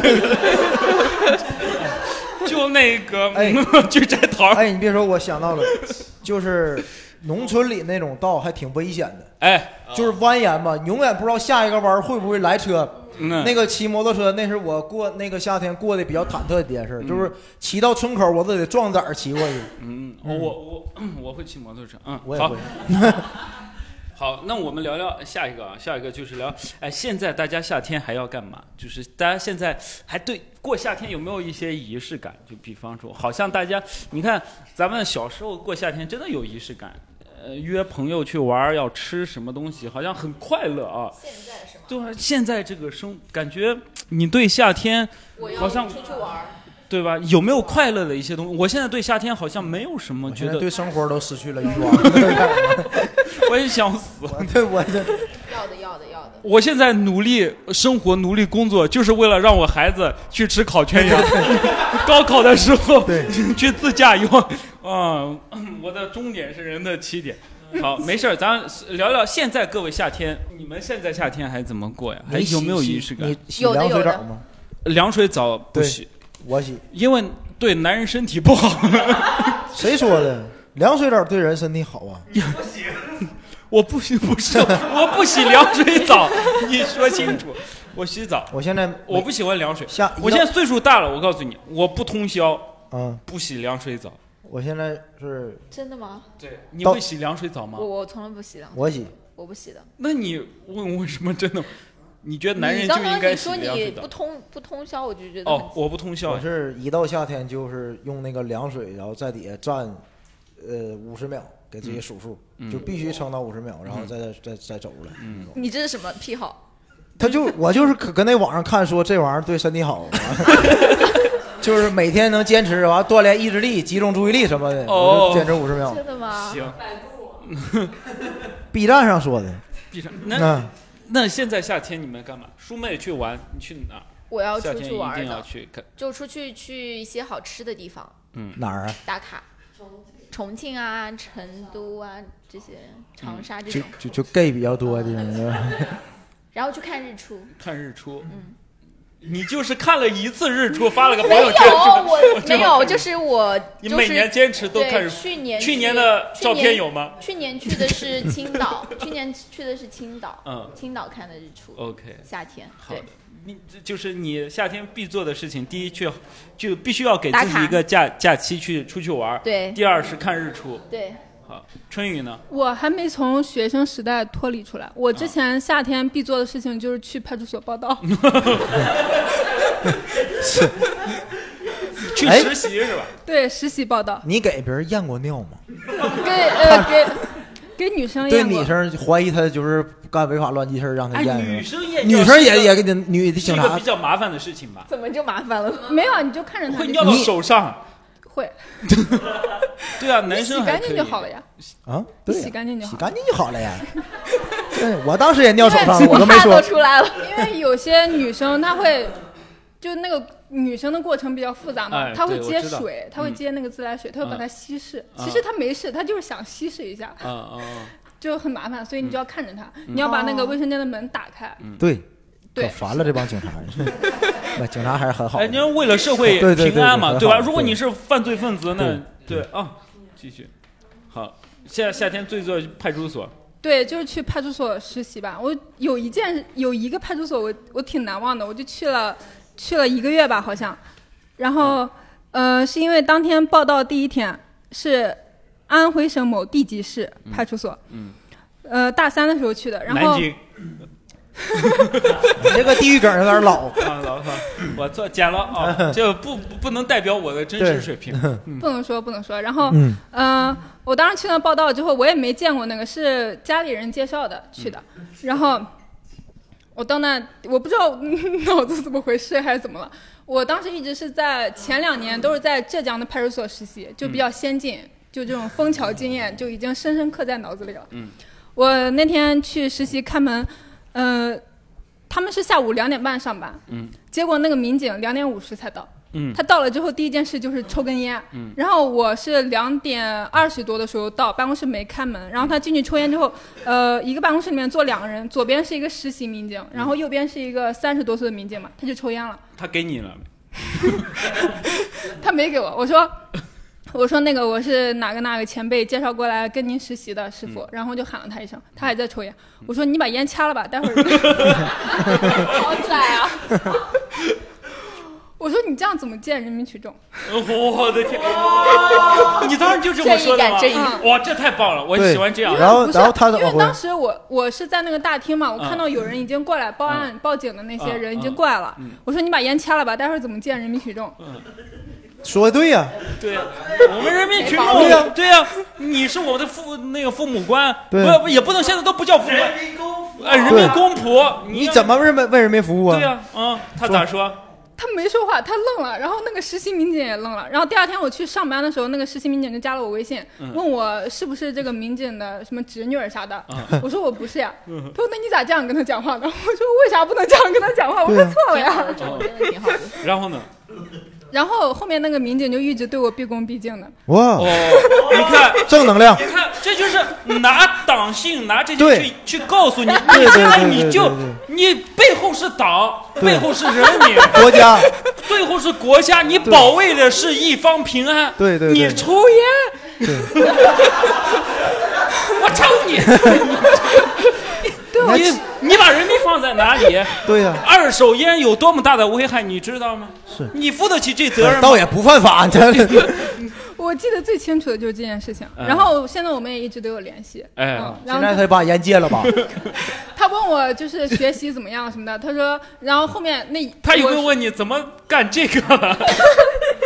就那个去摘桃。 哎，你别说，我想到了，就是农村里那种道还挺危险的。 哎， 就是蜿蜒嘛，你永远不知道下一个弯会不会来车。那个骑摩托车，那是我过那个夏天过得比较忐忑的一件事，就是骑到村口我都得壮胆骑过去。 我会骑摩托车。 我也会。 好，那我们聊聊下一个啊，下一个就是聊，现在大家夏天还要干嘛？就是大家现在还对过夏天有没有一些仪式感？就比方说，好像大家，你看咱们小时候过夏天真的有仪式感，约朋友去玩要吃什么东西，好像很快乐啊。 现在是吗？ 对，现在这个感觉你对夏天好像出去玩。 对吧？有没有快乐的一些东西？我现在对夏天好像没有什么觉得， 对生活都失去了欲望。 我也想死。 对，我这要的。 我现在努力生活，努力工作，就是为了让我孩子去吃烤全羊。高考的时候去自驾游啊！我的终点是人的起点。好，没事，咱聊聊现在各位夏天，你们现在夏天还怎么过呀？还有没有仪式感？ 你洗凉水澡吗？ 凉水澡不洗。 我洗， 因为对男人身体不好。 谁说的？凉水澡对人身体好啊！ 我不洗，不是，我不洗凉水澡。你说清楚，我洗澡。我不喜欢凉水。我现在岁数大了，我告诉你，我不通宵，不洗凉水澡。 我现在是真的吗？ 对，你会洗凉水澡吗？ 我从来不洗凉水。 我洗， 我不洗的。 那你问我为什么真的？你觉得男人就应该洗凉水澡？ 你刚刚你说你不通宵，我就觉得我不通宵。 我是一到夏天就是用那个凉水，然后在底下站50秒， 给自己数数，就必须撑到50秒，然后再走出来。 你这是什么癖好？ 我就是跟那网上看说这玩意儿对身体好，就是每天能坚持，完锻炼意志力、集中注意力什么的，我就坚持50秒。 真的吗？ 行。 B 站上说的。 B 站那现在夏天你们干嘛？叔妹去玩，你去哪儿？ 我要出去玩夏天一定要去看， 就去一些好吃的地方。 哪儿啊？ 打卡。重庆啊，成都啊，这些长沙这种。 就 gay 比较多的地方。 然后去看日出。 看日出。你就是看了一次日出，发了个朋友圈。 没有，就是我。 你每年坚持都看日出。 去年的照片有吗？ 去年去的是青岛，青岛看的日出。 OK。 夏天。 好的。就是你夏天必做的事情，第一就必须要给自己一个假期出去玩。 对。 第二是看日出。 对。 好，春雨呢？ 我还没从学生时代脱离出来。我之前夏天必做的事情就是去派出所报到。 去实习是吧？ 对，实习报道。 你给别人验过尿吗？ 给女生验对过。 女生怀疑她就是干违法乱纪事让她验。 女生验女生也给女警察。 是一个比较麻烦的事情吧？ 怎么就麻烦了？ 没有，你就看着她。 会尿到手上。 会。 对啊，男生洗干净就好了呀。 啊，对， 洗干净就好。 洗干净就好了呀。对，我当时也尿手上了，我都没说。 出来了。 因为有些女生她会，就那个女生的过程比较复杂嘛，她会接水，她会接那个自来水，她会把它稀释。其实她没事，她就是想稀释一下。就很麻烦，所以你就要看着她，你要把那个卫生间的门打开。 对。可烦了这帮警察，警察还是很好。 因为为了社会平安嘛，对吧？如果你是犯罪分子，那对啊，继续。好，夏天最做派出所。 对，就是去派出所实习吧。我有一个派出所，我挺难忘的，我就去了1个月吧，好像。然后是因为当天报到第一天是安徽省某地级市派出所，大3的时候去的，然后。 南京。 你这个地域梗有点老。 我剪了啊，这不能代表我的真实水平。 不能说。然后，我当时去那报道之后，我也没见过那个，是家里人介绍的去的。然后我到那，我不知道脑子怎么回事还是怎么了。我当时一直是在前2年都是在浙江的派出所实习，就比较先进，就这种枫桥经验就已经深深刻在脑子里了。我那天去实习看门。他们是下午2点半上班，结果那个民警2点50才到，他到了之后第一件事就是抽根烟，然后我是2点20多的时候到办公室没开门，然后他进去抽烟之后，一个办公室里面坐2个人，左边是一个实习民警，然后右边是一个30多岁的民警嘛，他就抽烟了。 他给你了他没给我，我说那个我是哪个前辈介绍过来跟您实习的师傅，然后就喊了他一声，他还在抽烟。我说你把烟掐了吧，待会儿。好拽啊！我说你这样怎么见人民群众？ 我的天！你当时就这么说的吗？哇，这太棒了，我喜欢这样。 然后他怎么？ 因为当时我是在那个大厅嘛，我看到有人已经过来报案报警的那些人已经过来了。我说你把烟掐了吧，待会儿怎么见人民群众？ 说的对呀， 对呀，我们人民群众，对呀，你是我的父母官，也不能现在都不叫父官，人民公仆， 你怎么为人民服务啊？ 对呀，他咋说？ 他没说话，他愣了，然后那个实习民警也愣了，然后第2天我去上班的时候，那个实习民警就加了我微信，问我是不是这个民警的什么侄女儿啥的，我说我不是呀，他说那你咋这样跟他讲话的？我说为啥不能这样跟他讲话？我说错了呀， 挺好的。 然后呢？ 然后后面那个民警就一直对我毕恭毕敬的。 哇， 你看正能量， 你看这就是拿党性拿这些去告诉你，你背后是党，背后是人民， 国家， 背后是国家，你保卫的是一方平安。 对， 你抽烟，我抽你。你把人民放在哪里？ 对呀 ，2手烟有多么大的危害，你知道吗？ 是你负得起这责任吗？ 倒也不犯法， 我记得最清楚的就是这件事情，然后现在我们也一直都有联系。 现在他把烟戒了吧？ 他问我就是学习怎么样什么的，他说，然后后面他有没有问你怎么干这个了？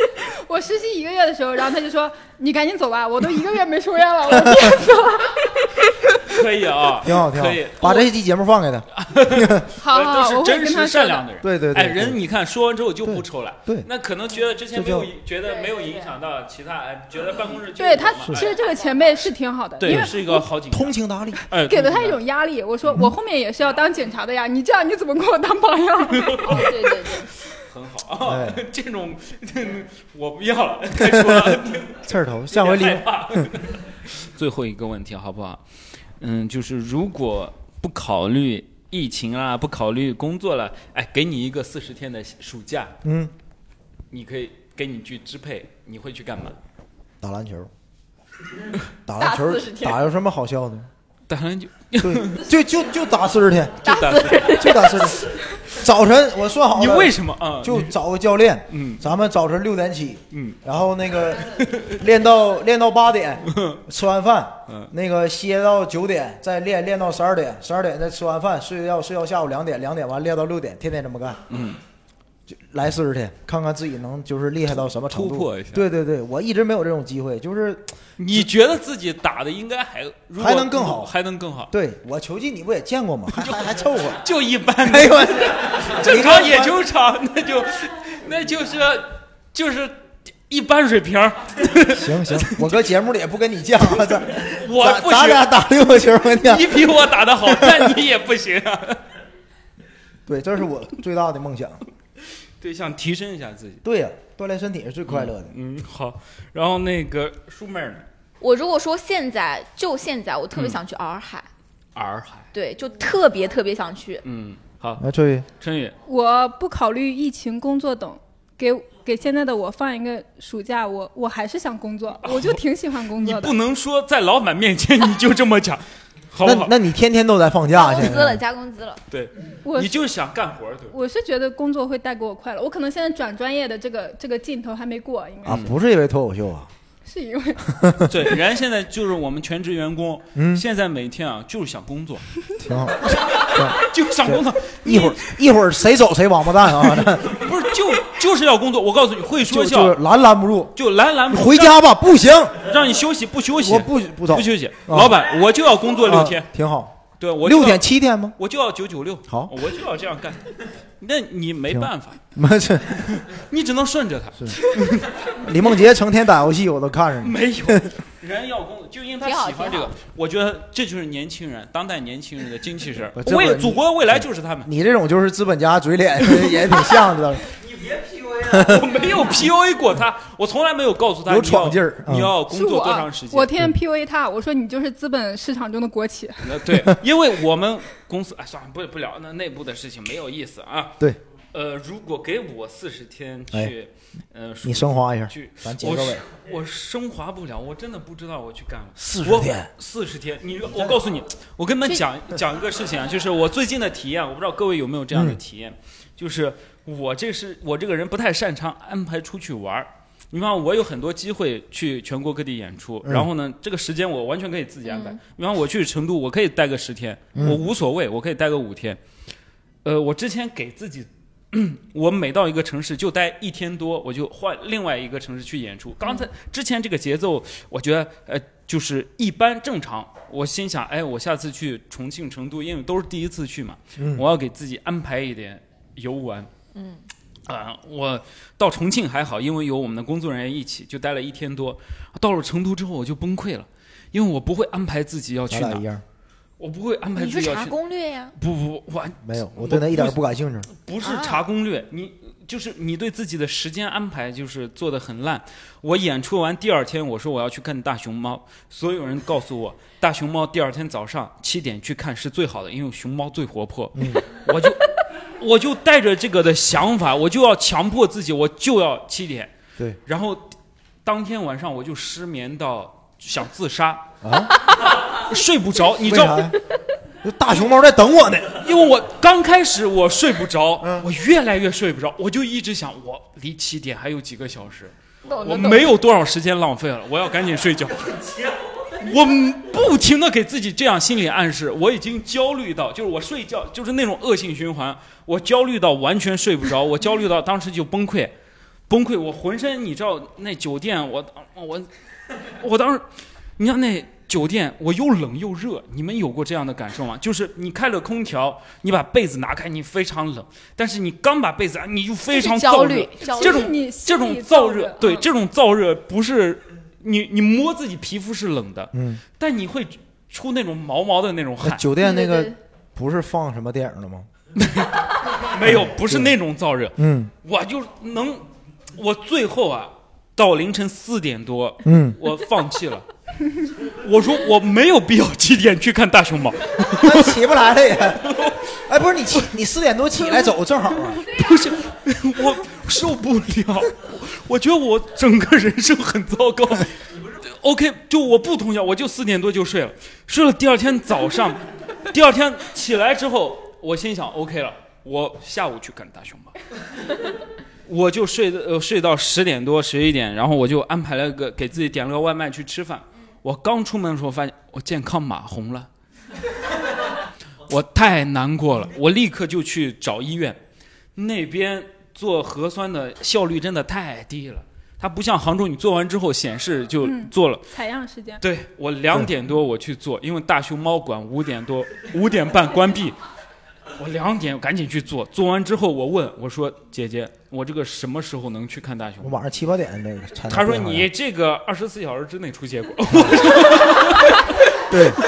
我实习1个月的时候，然后他就说你赶紧走吧，我都1个月没抽烟了，我憋死了。 可以啊， 挺好挺好， 可以把这期节目放给他。 好， 都是真实善良的人。 对对。 哎，人你看说完之后就不抽了。 对。 那可能觉得之前没有觉得没有影响到其他，觉得办公室对他其实这个前辈是挺好的， 对，是一个好警察， 通情达理， 给了他一种压力。我说我后面也是要当警察的呀，你这样你怎么给我当榜样？ 对对对。 很好啊，这种我不要了，太说了， 刺儿头，下回离。 最后一个问题好不好？就是如果不考虑疫情啊，不考虑工作了，哎，给你一个40天的暑假，你可以给你去支配，你会去干嘛？ 打篮球。打篮球打有什么好笑的？ 打篮球， 对，就打40天， 就打 40天。早晨我算好了， 你为什么啊？ 就找个教练，咱们早晨6点起，然后那个练到8点，吃完饭，那个歇到9点，再练到12点，12点再吃完饭，睡觉下午2点，2点完练到6点，天天这么干，就来40天，看看自己能就是厉害到什么程度， 突破一下。 对对对，我一直没有这种机会，就是你觉得自己打的应该还能更好， 还能更好。 对，我球技你不也见过吗？还凑合， 就一般。 哎呦， 正常也就长，那就是一般水平。 行，我搁节目里也不跟你犟啊， 咱俩打6个球， 你比我打得好，但你也不行啊。 对，这是我最大的梦想。 对，想提升一下自己。 对呀，锻炼身体是最快乐的。 好。然后那个舒妹呢？ 我如果说现在，我特别想去洱海。 洱海。 对，就特别特别想去。 好。 那春雨， 我不考虑疫情、工作等，给现在的我放一个暑假，我还是想工作，我就挺喜欢工作的。 你不能说在老板面前你就这么讲。 那你天天都在放假， 加工资了。 对，你就是想干活，对。 我是觉得工作会带给我快乐，我可能现在转专业的这个劲头还没过，应该是。 不是因为脱口秀啊。 是因为。 对，人现在就是我们全职员工，现在每天啊就是想工作， 挺好， 就是想工作。 一会儿谁走谁王八蛋啊！ 不是，就是要工作。我告诉你，会说笑就拦不住， 就拦不住。 回家吧，不行， 让你休息不休息？ 我不走， 不休息。老板，我就要工作6天， 挺好。 对，我 6天7天吗？ 我就要996。 好， 我就要这样干。那你没办法，你只能顺着他。 李梦洁成天打游戏，我都看着。 没有，人要工作，就因为他喜欢这个。我觉得这就是年轻人，当代年轻人的精气神。祖国的未来就是他们。 你这种就是资本家嘴脸，也挺像的。 你别 PUA 我没有 PUA 过他，我从来没有告诉他有闯劲儿。 你要工作多长时间？ 我天天 PUA 他，我说你就是资本市场中的国企。 对，因为我们公司算了，不聊那内部的事情，没有意思啊。 对。 如果给我40天去， 你升华一下，咱结个尾。 我升华不了，我真的不知道我去干嘛。 40天 ，40天，我告诉你，我跟你们讲一个事情啊，就是我最近的体验，我不知道各位有没有这样的体验，就是我这个人不太擅长安排出去玩。你看，我有很多机会去全国各地演出，然后呢，这个时间我完全可以自己安排。比方我去成都，我可以待个10天，我无所谓，我可以待个5天。我之前给自己。我每到一个城市就待1天多，我就换另外一个城市去演出。之前这个节奏，我觉得就是一般正常。我心想，我下次去重庆、成都，因为都是第一次去嘛，我要给自己安排一点游玩。我到重庆还好，因为有我们的工作人员一起，就待了1天多。到了成都之后，我就崩溃了，因为我不会安排自己要去哪。我不会安排自己要去。 你是查攻略呀？ 不， 没有，我对那一点不感兴趣。 不是查攻略，你对自己的时间安排就是做得很烂。我演出完第2天，我说我要去看大熊猫，所有人告诉我，大熊猫第2天早上7点去看是最好的，因为熊猫最活泼。我就带着这个的想法，我就要强迫自己，我就要7点。 对。 然后当天晚上我就失眠到想自杀。睡不着，你知道？ 大熊猫在等我呢。 因为我刚开始我睡不着，我越来越睡不着，我就一直想，我离7点还有几个小时，我没有多少时间浪费了，我要赶紧睡觉。我不停的给自己这样心理暗示，我已经焦虑到，就是我睡觉就是那种恶性循环，我焦虑到完全睡不着，我焦虑到当时就崩溃。 崩溃，我浑身你知道那酒店，我当时，你看那酒店，我又冷又热，你们有过这样的感受吗？就是你开了空调，你把被子拿开，你非常冷，但是你刚把被子你就非常燥热，这种燥热，对，这种燥热不是你摸自己皮肤是冷的，但你会出那种毛毛的那种汗。 酒店那个不是放什么电影了吗？ 没有，不是那种燥热。我就我最后啊，到凌晨4点多，我放弃了。我说我没有必要7点去看大熊猫， 那起不来了也。哎，不是你4点多起来走正好啊？ 不是，我受不了，我觉得我整个人生很糟糕。OK， 就我不通宵，我就4点多就睡了，睡了第二天早上，第二天起来之后，我心想 OK 了，我下午去看大熊猫。我就睡到10点多11点，然后我就安排了给自己点了个外卖去吃饭。我刚出门的时候发现我健康码红了，我太难过了，我立刻就去找医院，那边做核酸的效率真的太低了，它不像杭州你做完之后显示就做了， 采样时间。 对，我2点多我去做，因为大熊猫馆5点半关闭，我2点赶紧去做，做完之后我说姐姐，我这个什么时候能去看大熊？ 我晚上7、8点那个。 他说你这个24小时之内出结果。 对，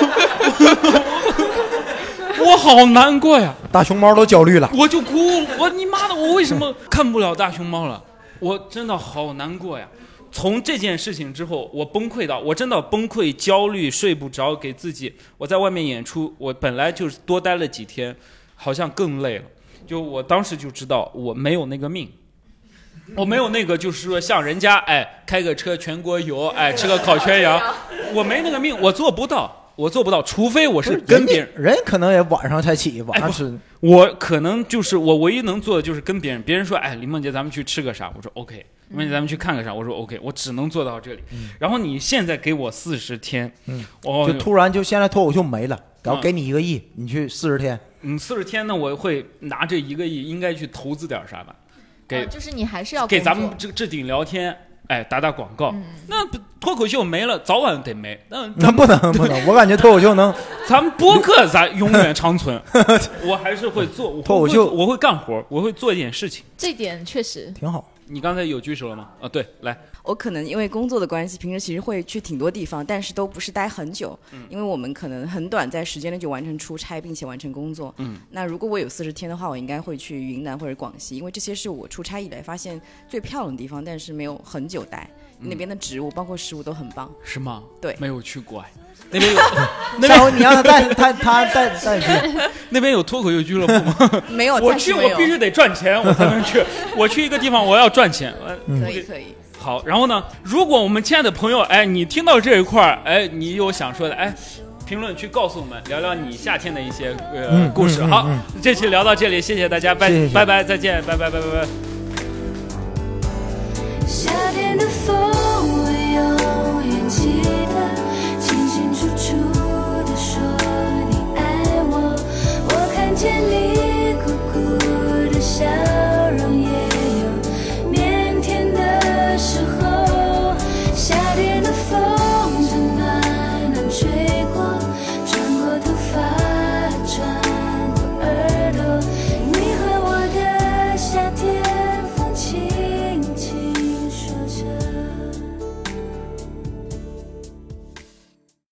我好难过呀！ 大熊猫都焦虑了， 我就哭，你妈的，我为什么看不了大熊猫了？我真的好难过呀！从这件事情之后，我崩溃到我真的崩溃、焦虑、睡不着，给自己我在外面演出，我本来就是多待了几天。好像更累了，就我当时就知道我没有那个命，我没有那个就是说像人家开个车全国游，吃个烤全羊，我没那个命，我做不到，除非我是跟别人可能也晚上才起，晚上吃。 我可能就是我唯一能做的就是跟别人说，李梦洁咱们去吃个啥，我说 OK， 李梦洁咱们去看个啥，我说 OK， 我只能做到这里。然后你现在给我40天， 就突然就现在脱口秀没了，然后给你1个亿，你去40天。 40天呢，我会拿这1个亿应该去投资点啥吧， 就是你还是要给咱们置顶聊天，打广告。那脱口秀没了，早晚得没。 那不能，我感觉脱口秀能， 咱们播客咱永远长存。我还是会做脱口秀， 我会干活，我会做一点事情。 这点确实挺好。 你刚才有举手了吗？对，来。 我可能因为工作的关系，平时其实会去挺多地方，但是都不是待很久，因为我们可能很短在时间内就完成出差，并且完成工作。那如果我有40天的话，我应该会去云南或者广西，因为这些是我出差以来发现最漂亮的地方，但是没有很久待。那边的植物包括食物都很棒。 是吗？ 对， 没有去过。那边有， 下回你让他带去。 那边有脱口秀俱乐部吗？ 没有， 我去，我必须得赚钱，我才能去。我去一个地方，我要赚钱。 可以。 好，然后呢，如果我们亲爱的朋友，你听到这一块你有想说的，评论区告诉我们，聊聊你夏天的一些故事。好，这期聊到这里，谢谢大家，拜拜，再见，拜拜。 夏天的风